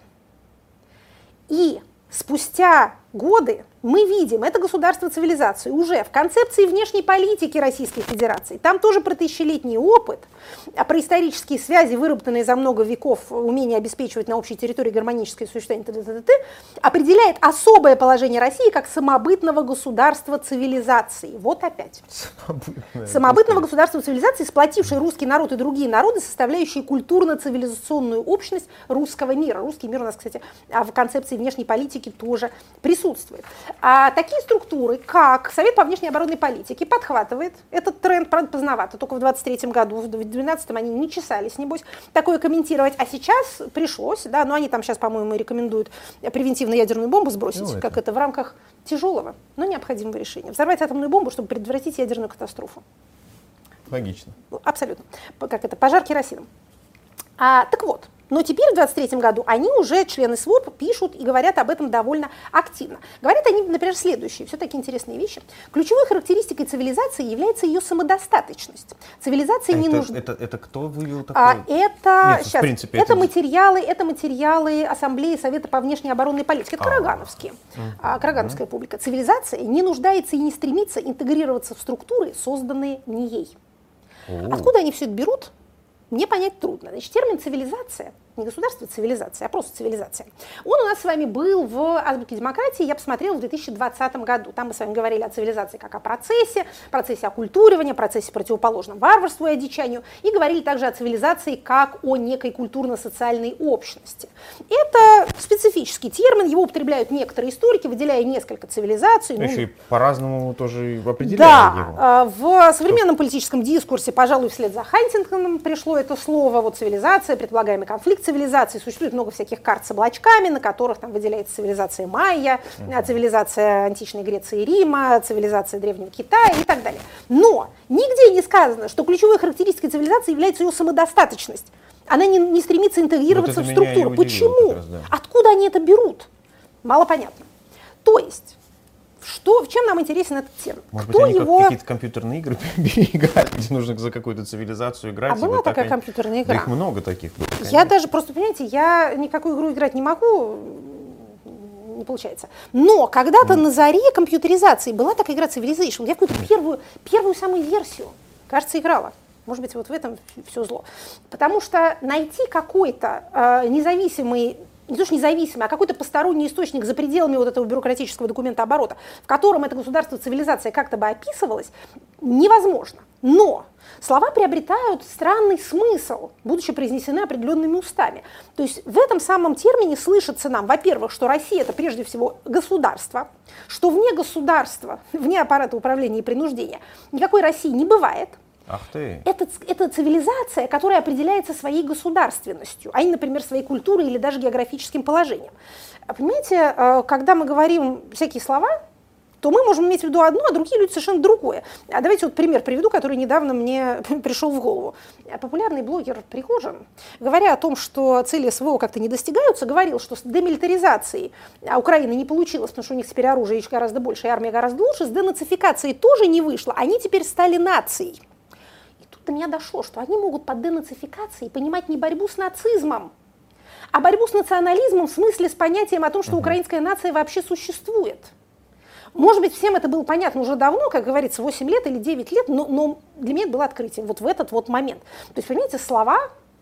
И спустя годы мы видим это государство-цивилизацию уже в концепции внешней политики Российской Федерации. Там тоже про тысячелетний опыт, а про исторические связи, выработанные за много веков, умение обеспечивать на общей территории гармоническое существование, т.д. определяет особое положение России как самобытного государства-цивилизации. Вот опять. Самобытное. Самобытного государства-цивилизации, сплотившей русский народ и другие народы, составляющие культурно-цивилизационную общность русского мира. Русский мир у нас, кстати, в концепции внешней политики тоже присутствует. А такие структуры, как Совет по внешней оборонной политике, подхватывает этот тренд, правда, поздновато. Только в двадцать третьем году, в двенадцатом они не чесались, небось, такое комментировать. А сейчас пришлось, да, но они там сейчас, по-моему, рекомендуют превентивно ядерную бомбу сбросить, ну, это. как это в рамках тяжелого, но необходимого решения. Взорвать атомную бомбу, чтобы предотвратить ядерную катастрофу. Логично. Абсолютно. Как это, пожар керосином. А, так вот. Но теперь в двадцать третьем году они уже, члены СВОП, пишут и говорят об этом довольно активно. Говорят они, например, следующие, все-таки интересные вещи. Ключевой характеристикой цивилизации является ее самодостаточность. Цивилизация а не это, нужна. Это, это кто вывел такое? А это, Нет, сейчас, в принципе, это, это... материалы, это материалы Ассамблеи Совета по внешней оборонной политике. Это Карагановские. А, Карагановская публика. Цивилизация не нуждается и не стремится интегрироваться в структуры, созданные не ей. Откуда они все это берут? Мне понять трудно. Значит, термин «цивилизация» не государство, цивилизация, а просто цивилизация. Он у нас с вами был в «Азбуке демократии», я посмотрела в две тысячи двадцатом году. Там мы с вами говорили о цивилизации как о процессе, процессе оккультуривания, процессе противоположном варварству и одичанию, и говорили также о цивилизации как о некой культурно-социальной общности. Это специфический термин, его употребляют некоторые историки, выделяя несколько цивилизаций. Ну, ну, еще и по-разному тоже определяют да, его. В современном политическом дискурсе, пожалуй, вслед за Хантингтоном пришло это слово, вот цивилизация, предполагаемый конфликт цивилизаций. Существует много всяких карт с облачками, на которых там выделяется цивилизация майя, uh-huh. цивилизация античной Греции и Рима, цивилизация древнего Китая и так далее. Но нигде не сказано, что ключевой характеристикой цивилизации является ее самодостаточность. Она не, не стремится интегрироваться вот в структуру. Почему? Раз, да. Откуда они это берут? Мало понятно. То есть, что, в чем нам интересен этот термин? Может Кто быть, они его... как какие-то компьютерные игры играли, где нужно за какую-то цивилизацию играть. А была вот такая они... компьютерная игра? Да их много таких было. Я даже, просто, понимаете, я никакую игру играть не могу, не получается. Но когда-то mm. на заре компьютеризации была такая игра Civilization. Я какую-то первую, первую самую версию, кажется, играла. Может быть, вот в этом все зло. Потому что найти какой-то э, независимый, не то что независимый, а какой-то посторонний источник за пределами вот этого бюрократического документа оборота, в котором это государство, цивилизация как-то бы описывалось, невозможно. Но слова приобретают странный смысл, будучи произнесены определенными устами. То есть в этом самом термине слышится нам, во-первых, что Россия – это прежде всего государство, что вне государства, вне аппарата управления и принуждения никакой России не бывает. Ах ты. Это, это цивилизация, которая определяется своей государственностью, а не, например, своей культурой или даже географическим положением. Понимаете, когда мы говорим всякие слова, то мы можем иметь в виду одно, а другие люди совершенно другое. А давайте вот пример приведу, который недавно мне пришел в голову. Популярный блогер Пригожин, говоря о том, что цели СВО как-то не достигаются, говорил, что с демилитаризацией Украины не получилось, потому что у них теперь оружие еще гораздо больше, и армия гораздо лучше, с денацификацией тоже не вышло, они теперь стали нацией. До меня дошло, что они могут под денацификацией понимать не борьбу с нацизмом, а борьбу с национализмом в смысле с понятием о том, что украинская нация вообще существует. Может быть, всем это было понятно уже давно, как говорится, восемь лет или девять лет, но, но для меня это было открытием вот в этот вот момент. То есть, понимаете, слова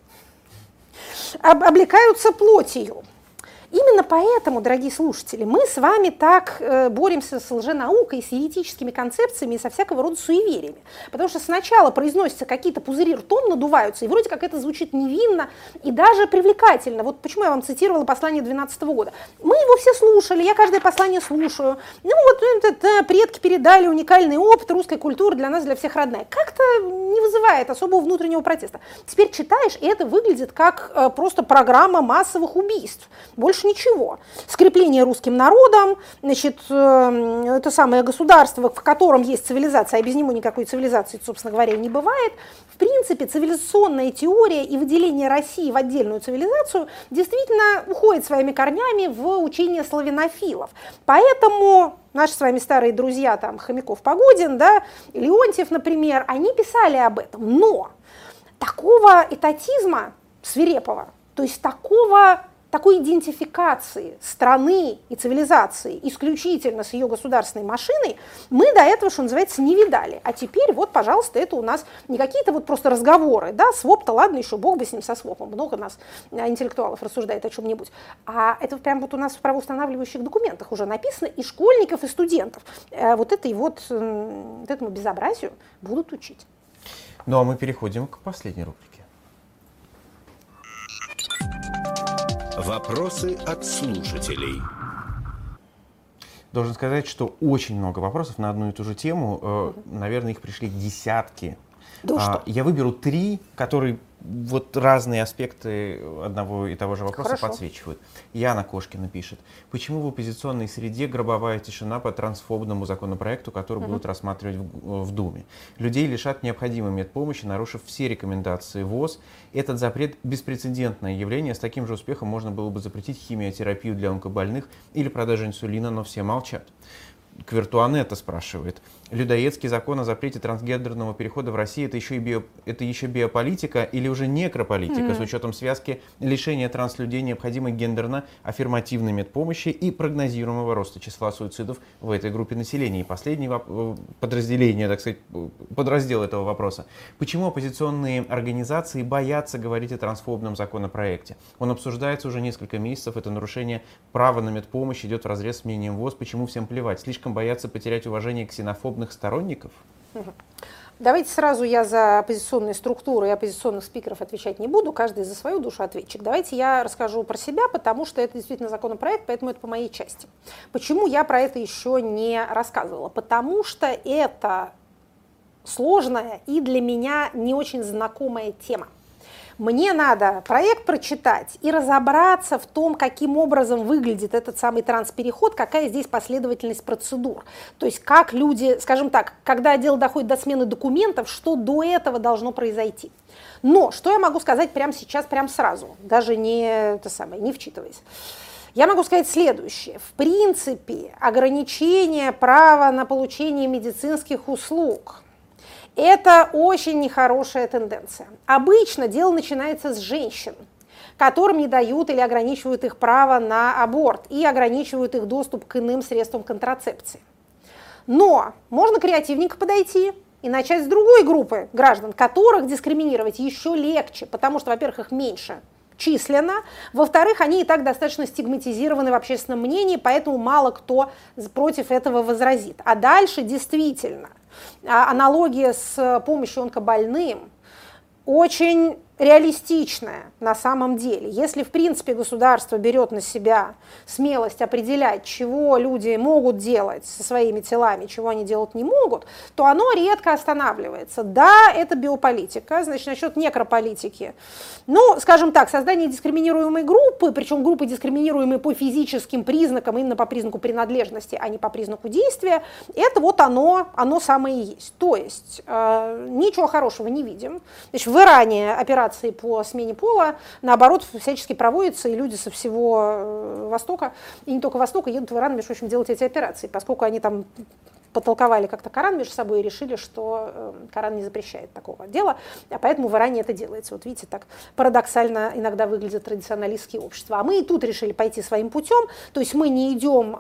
об, облекаются плотью. Именно поэтому, дорогие слушатели, мы с вами так э, боремся с лженаукой, с еретическими концепциями и со всякого рода суевериями. Потому что сначала произносятся какие-то пузыри ртом, надуваются, и вроде как это звучит невинно и даже привлекательно. Вот почему я вам цитировала послание две тысячи двенадцатого года. Мы его все слушали, я каждое послание слушаю. Ну вот это, предки передали уникальный опыт русской культуры, для нас, для всех родная. Как-то не вызывает особого внутреннего протеста. Теперь читаешь, и это выглядит как э, просто программа массовых убийств. Больше ничего. Скрепление русским народом, значит, э, это самое государство, в котором есть цивилизация, а без него никакой цивилизации, собственно говоря, не бывает. В принципе, цивилизационная теория и выделение России в отдельную цивилизацию действительно уходит своими корнями в учение славянофилов. Поэтому наши с вами старые друзья, там, Хомяков-Погодин, да, Леонтьев, например, они писали об этом. Но такого этатизма свирепого, то есть такого... такой идентификации страны и цивилизации исключительно с ее государственной машиной мы до этого, что называется, не видали. А теперь вот, пожалуйста, это у нас не какие-то вот просто разговоры, да, своп-то ладно, еще бог бы с ним со свопом, много нас интеллектуалов рассуждает о чем-нибудь. А это прям вот у нас в правоустанавливающих документах уже написано, и школьников, и студентов вот этой вот, вот этому безобразию будут учить. Ну а мы переходим к последней рубрике. Вопросы от слушателей. Должен сказать, что очень много вопросов на одну и ту же тему. Наверное, их пришли десятки. Да а, что? Я выберу три, которые вот разные аспекты одного и того же вопроса Хорошо. подсвечивают. Яна Кошкина пишет. Почему в оппозиционной среде гробовая тишина по трансфобному законопроекту, который угу. будут рассматривать в, в Думе? Людей лишат необходимой медпомощи, нарушив все рекомендации ВОЗ. Этот запрет – беспрецедентное явление. С таким же успехом можно было бы запретить химиотерапию для онкобольных или продажу инсулина, но все молчат. Квертуанетта спрашивает. Людоедский закон о запрете трансгендерного перехода в России это еще, и био, это еще биополитика или уже некрополитика mm-hmm. с учетом связки лишения транслюдей необходимой гендерно-аффирмативной медпомощи и прогнозируемого роста числа суицидов в этой группе населения? И последнее подразделение, так сказать, подраздел этого вопроса. Почему оппозиционные организации боятся говорить о трансфобном законопроекте? Он обсуждается уже несколько месяцев. Это нарушение права на медпомощь идет вразрез с мнением ВОЗ. Почему всем плевать? Слишком боятся потерять уважение ксенофобных сторонников? Давайте сразу я за оппозиционные структуры и оппозиционных спикеров отвечать не буду, каждый за свою душу ответчик. Давайте я расскажу про себя, потому что это действительно законопроект, поэтому это по моей части. Почему я про это еще не рассказывала? Потому что это сложная и для меня не очень знакомая тема. Мне надо проект прочитать и разобраться в том, каким образом выглядит этот самый транспереход, какая здесь последовательность процедур. То есть как люди, скажем так, когда дело доходит до смены документов, что до этого должно произойти. Но что я могу сказать прямо сейчас, прямо сразу, даже не, это самое, не вчитываясь. Я могу сказать следующее. В принципе, ограничение права на получение медицинских услуг – это очень нехорошая тенденция. Обычно дело начинается с женщин, которым не дают или ограничивают их право на аборт и ограничивают их доступ к иным средствам контрацепции. Но можно креативненько подойти и начать с другой группы граждан, которых дискриминировать еще легче, потому что, во-первых, их меньше численно, во-вторых, они и так достаточно стигматизированы в общественном мнении, поэтому мало кто против этого возразит. А дальше действительно аналогия с помощью онкобольным очень реалистичная на самом деле. Если, в принципе, государство берет на себя смелость определять, чего люди могут делать со своими телами, чего они делать не могут, то оно редко останавливается. Да, это биополитика, значит, насчет некрополитики. Ну, скажем так, создание дискриминируемой группы, причем группы, дискриминируемой по физическим признакам, именно по признаку принадлежности, а не по признаку действия, это вот оно, оно самое и есть. То есть э, ничего хорошего не видим. Значит, в Иране операция по смене пола, наоборот, всячески проводятся, и люди со всего Востока, и не только Востока, едут в Иран, между прочим, делать эти операции, поскольку они там потолковали как-то Коран между собой и решили, что Коран не запрещает такого дела, а поэтому в Иране это делается. Вот видите, так парадоксально иногда выглядят традиционалистские общества. А мы и тут решили пойти своим путем, то есть мы не идем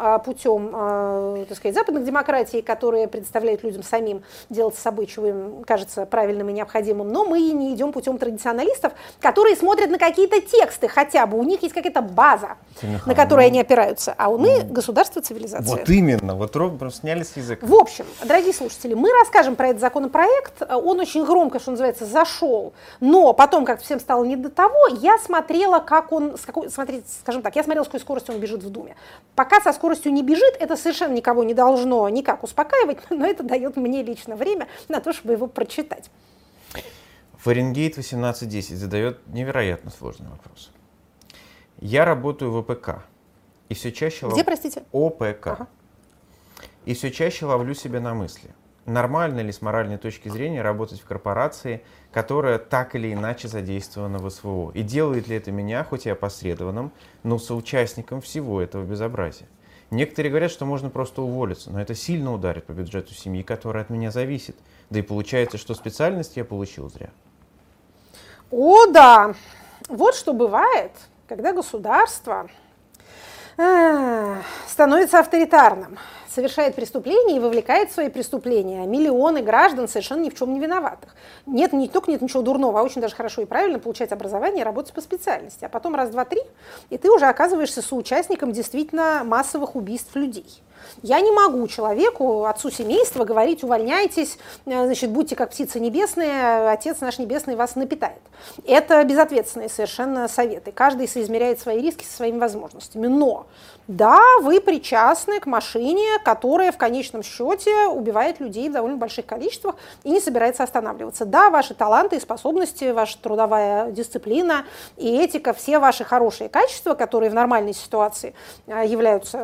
путем, так сказать, западных демократий, которые предоставляют людям самим делать с собой, чего им кажется правильным и необходимым, но мы и не идем путем традиционалистов, которые смотрят на какие-то тексты хотя бы, у них есть какая-то база, Тимиха, на которую ну, они опираются, а у нас ну, государство, цивилизация. Вот именно, вот просто сняли с языка. В общем, дорогие слушатели, мы расскажем про этот законопроект. Он очень громко, что называется, зашел, но потом как-то всем стало не до того. Я смотрела, как он, с какой, смотрите, скажем так, я смотрела, с какой скоростью он бежит в Думе. Пока со скоростью не бежит, это совершенно никого не должно никак успокаивать, но это дает мне лично время на то, чтобы его прочитать. Фаренгейт восемнадцать десять задает невероятно сложный вопрос. Я работаю в ОПК. И все чаще... Где, простите? ОПК. Ага. И все чаще ловлю себя на мысли, нормально ли с моральной точки зрения работать в корпорации, которая так или иначе задействована в СВО, и делает ли это меня, хоть и опосредованным, но соучастником всего этого безобразия. Некоторые говорят, что можно просто уволиться, но это сильно ударит по бюджету семьи, которая от меня зависит. Да и получается, что специальность я получил зря. О, да! Вот что бывает, когда государство становится авторитарным, совершает преступления и вовлекает в свои преступления миллионы граждан совершенно ни в чем не виноватых. Нет, не только нет ничего дурного, а очень даже хорошо и правильно получать образование и работать по специальности. А потом раз, два, три, и ты уже оказываешься соучастником действительно массовых убийств людей. Я не могу человеку, отцу семейства, говорить: увольняйтесь, значит, будьте как птицы небесные, Отец наш Небесный вас напитает. Это безответственные совершенно советы. Каждый соизмеряет свои риски со своими возможностями. Но да, вы причастны к машине, которая в конечном счете убивает людей в довольно больших количествах и не собирается останавливаться. Да, ваши таланты и способности, ваша трудовая дисциплина и этика, все ваши хорошие качества, которые в нормальной ситуации являются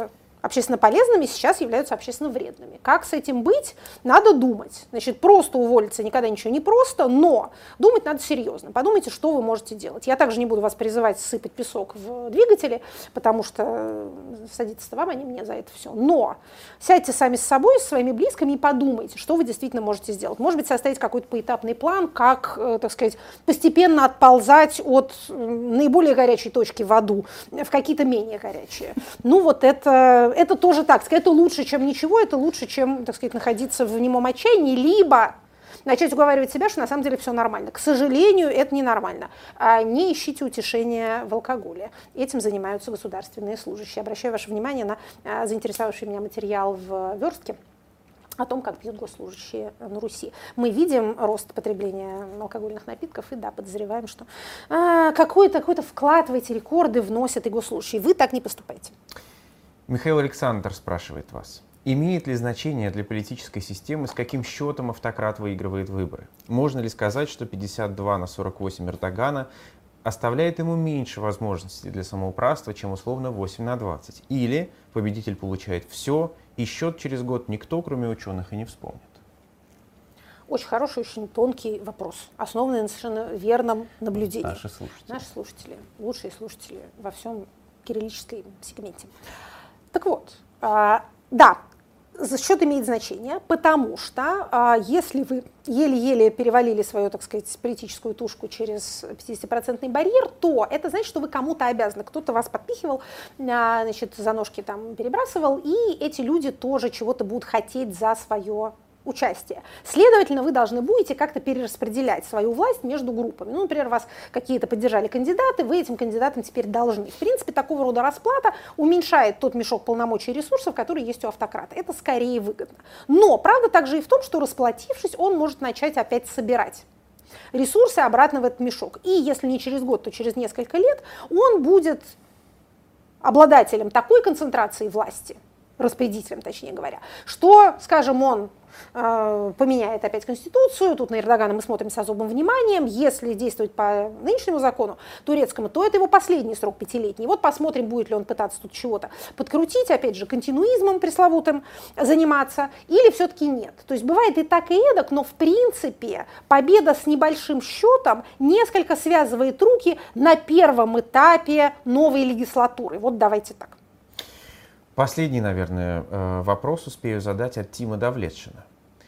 общественно полезными сейчас являются общественно вредными. Как с этим быть? Надо думать. Значит, просто уволиться никогда ничего не просто, но думать надо серьезно. Подумайте, что вы можете делать. Я также не буду вас призывать сыпать песок в двигатели, потому что садиться-то вам, а не мне за это все. Но сядьте сами с собой, со своими близкими и подумайте, что вы действительно можете сделать. Может быть, составить какой-то поэтапный план, как, так сказать, постепенно отползать от наиболее горячей точки в аду в какие-то менее горячие. Ну вот это, это тоже тактика. Это лучше, чем ничего, это лучше, чем, так сказать, находиться в немом отчаянии, либо начать уговаривать себя, что на самом деле все нормально. К сожалению, это ненормально. А не ищите утешения в алкоголе. Этим занимаются государственные служащие. Обращаю ваше внимание на а, заинтересовавший меня материал в «Верстке» о том, как пьют госслужащие на Руси. Мы видим рост потребления алкогольных напитков и, да, подозреваем, что а, какой-то, какой-то вклад в эти рекорды вносят и госслужащие. Вы так не поступайте. Михаил Александр спрашивает вас. Имеет ли значение для политической системы, с каким счетом автократ выигрывает выборы? Можно ли сказать, что пятьдесят два на сорок восемь Эрдогана оставляет ему меньше возможностей для самоуправства, чем условно восемь на двадцать? Или победитель получает все, и счет через год никто, кроме ученых, и не вспомнит? Очень хороший, очень тонкий вопрос, основанный на совершенно верном наблюдении. Наши слушатели. Наши слушатели, лучшие слушатели во всем кириллическом сегменте. Так вот, э, да, счет имеет значение, потому что э, если вы еле-еле перевалили свою, так сказать, политическую тушку через пятидесятипроцентный барьер, то это значит, что вы кому-то обязаны. Кто-то вас подпихивал, э, значит, за ножки там перебрасывал, и эти люди тоже чего-то будут хотеть за свое участие. Следовательно, вы должны будете как-то перераспределять свою власть между группами. Ну, например, вас какие-то поддержали кандидаты, вы этим кандидатам теперь должны. В принципе, такого рода расплата уменьшает тот мешок полномочий и ресурсов, который есть у автократа. Это скорее выгодно. Но правда также и в том, что расплатившись, он может начать опять собирать ресурсы обратно в этот мешок. И если не через год, то через несколько лет он будет обладателем такой концентрации власти, распорядителем, точнее говоря, что, скажем, он э, поменяет опять Конституцию, тут на Эрдогана мы смотрим с особым вниманием, если действовать по нынешнему закону турецкому, то это его последний срок пятилетний. Вот посмотрим, будет ли он пытаться тут чего-то подкрутить, опять же, континуизмом пресловутым заниматься, или все-таки нет. То есть бывает и так, и эдак, но в принципе победа с небольшим счетом несколько связывает руки на первом этапе новой легислатуры. Вот давайте так. Последний, наверное, вопрос успею задать от Тима Давлетшина.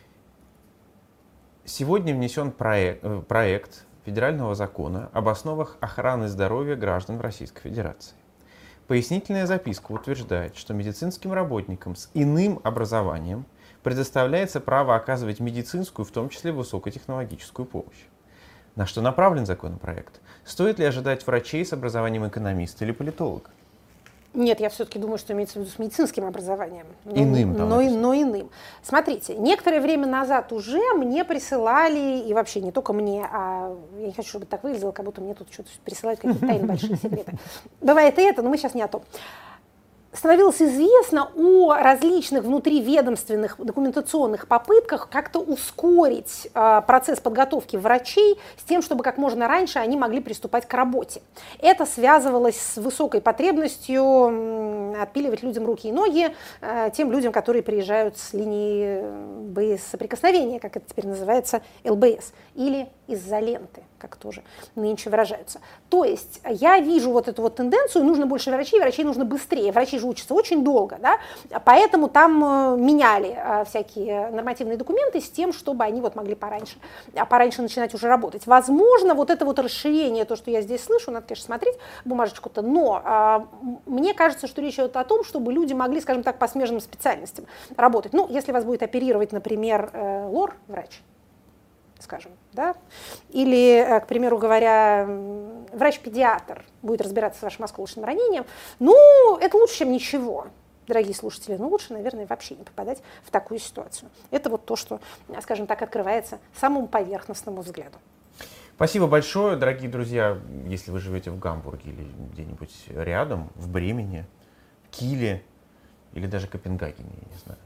Сегодня внесен проект, проект федерального закона об основах охраны здоровья граждан в Российской Федерации. Пояснительная записка утверждает, что медицинским работникам с иным образованием предоставляется право оказывать медицинскую, в том числе высокотехнологическую помощь. На что направлен законопроект? Стоит ли ожидать врачей с образованием экономиста или политолога? Нет, я все-таки думаю, что имеется в виду с медицинским образованием. Иным, но, но, но иным. Смотрите, некоторое время назад уже мне присылали, и вообще не только мне, а я не хочу, чтобы так выглядело, как будто мне тут что-то присылают, какие-то тайны, большие секреты. Бывает и это, но мы сейчас не о том. Становилось известно о различных внутриведомственных документационных попытках как-то ускорить э, процесс подготовки врачей с тем, чтобы как можно раньше они могли приступать к работе. Это связывалось с высокой потребностью э, отпиливать людям руки и ноги, э, тем людям, которые приезжают с линии боесоприкосновения, как это теперь называется, эл бэ эс, или из-за ленты, как тоже нынче выражаются. То есть я вижу вот эту вот тенденцию, нужно больше врачей, врачей нужно быстрее. Врачи же учатся очень долго, да? Поэтому там э, меняли э, всякие нормативные документы с тем, чтобы они вот могли пораньше, а пораньше начинать уже работать. Возможно, вот это вот расширение, то, что я здесь слышу, надо, конечно, смотреть бумажечку-то, но э, мне кажется, что речь идет о том, чтобы люди могли, скажем так, по смежным специальностям работать. Ну, если вас будет оперировать, например, э, лор-врач, скажем, да, или, к примеру говоря, врач-педиатр будет разбираться с вашим осколочным ранением, ну, это лучше, чем ничего, дорогие слушатели, но лучше, наверное, вообще не попадать в такую ситуацию. Это вот то, что, скажем так, открывается самому поверхностному взгляду. Спасибо большое, дорогие друзья, если вы живете в Гамбурге или где-нибудь рядом, в Бремени, Киле или даже Копенгагене, я не знаю.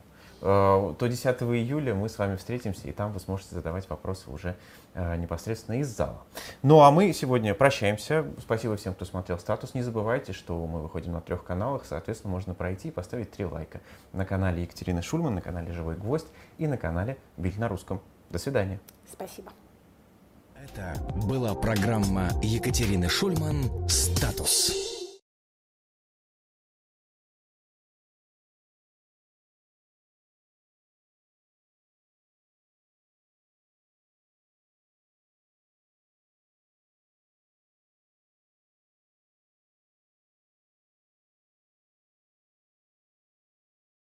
то десятого июля мы с вами встретимся, и там вы сможете задавать вопросы уже непосредственно из зала. Ну а мы сегодня прощаемся. Спасибо всем, кто смотрел «Статус». Не забывайте, что мы выходим на трех каналах, соответственно, можно пройти и поставить три лайка. На канале Екатерины Шульман, на канале «Живой гвоздь» и на канале «Биль на русском». До свидания. Спасибо. Это была программа Екатерины Шульман «Статус».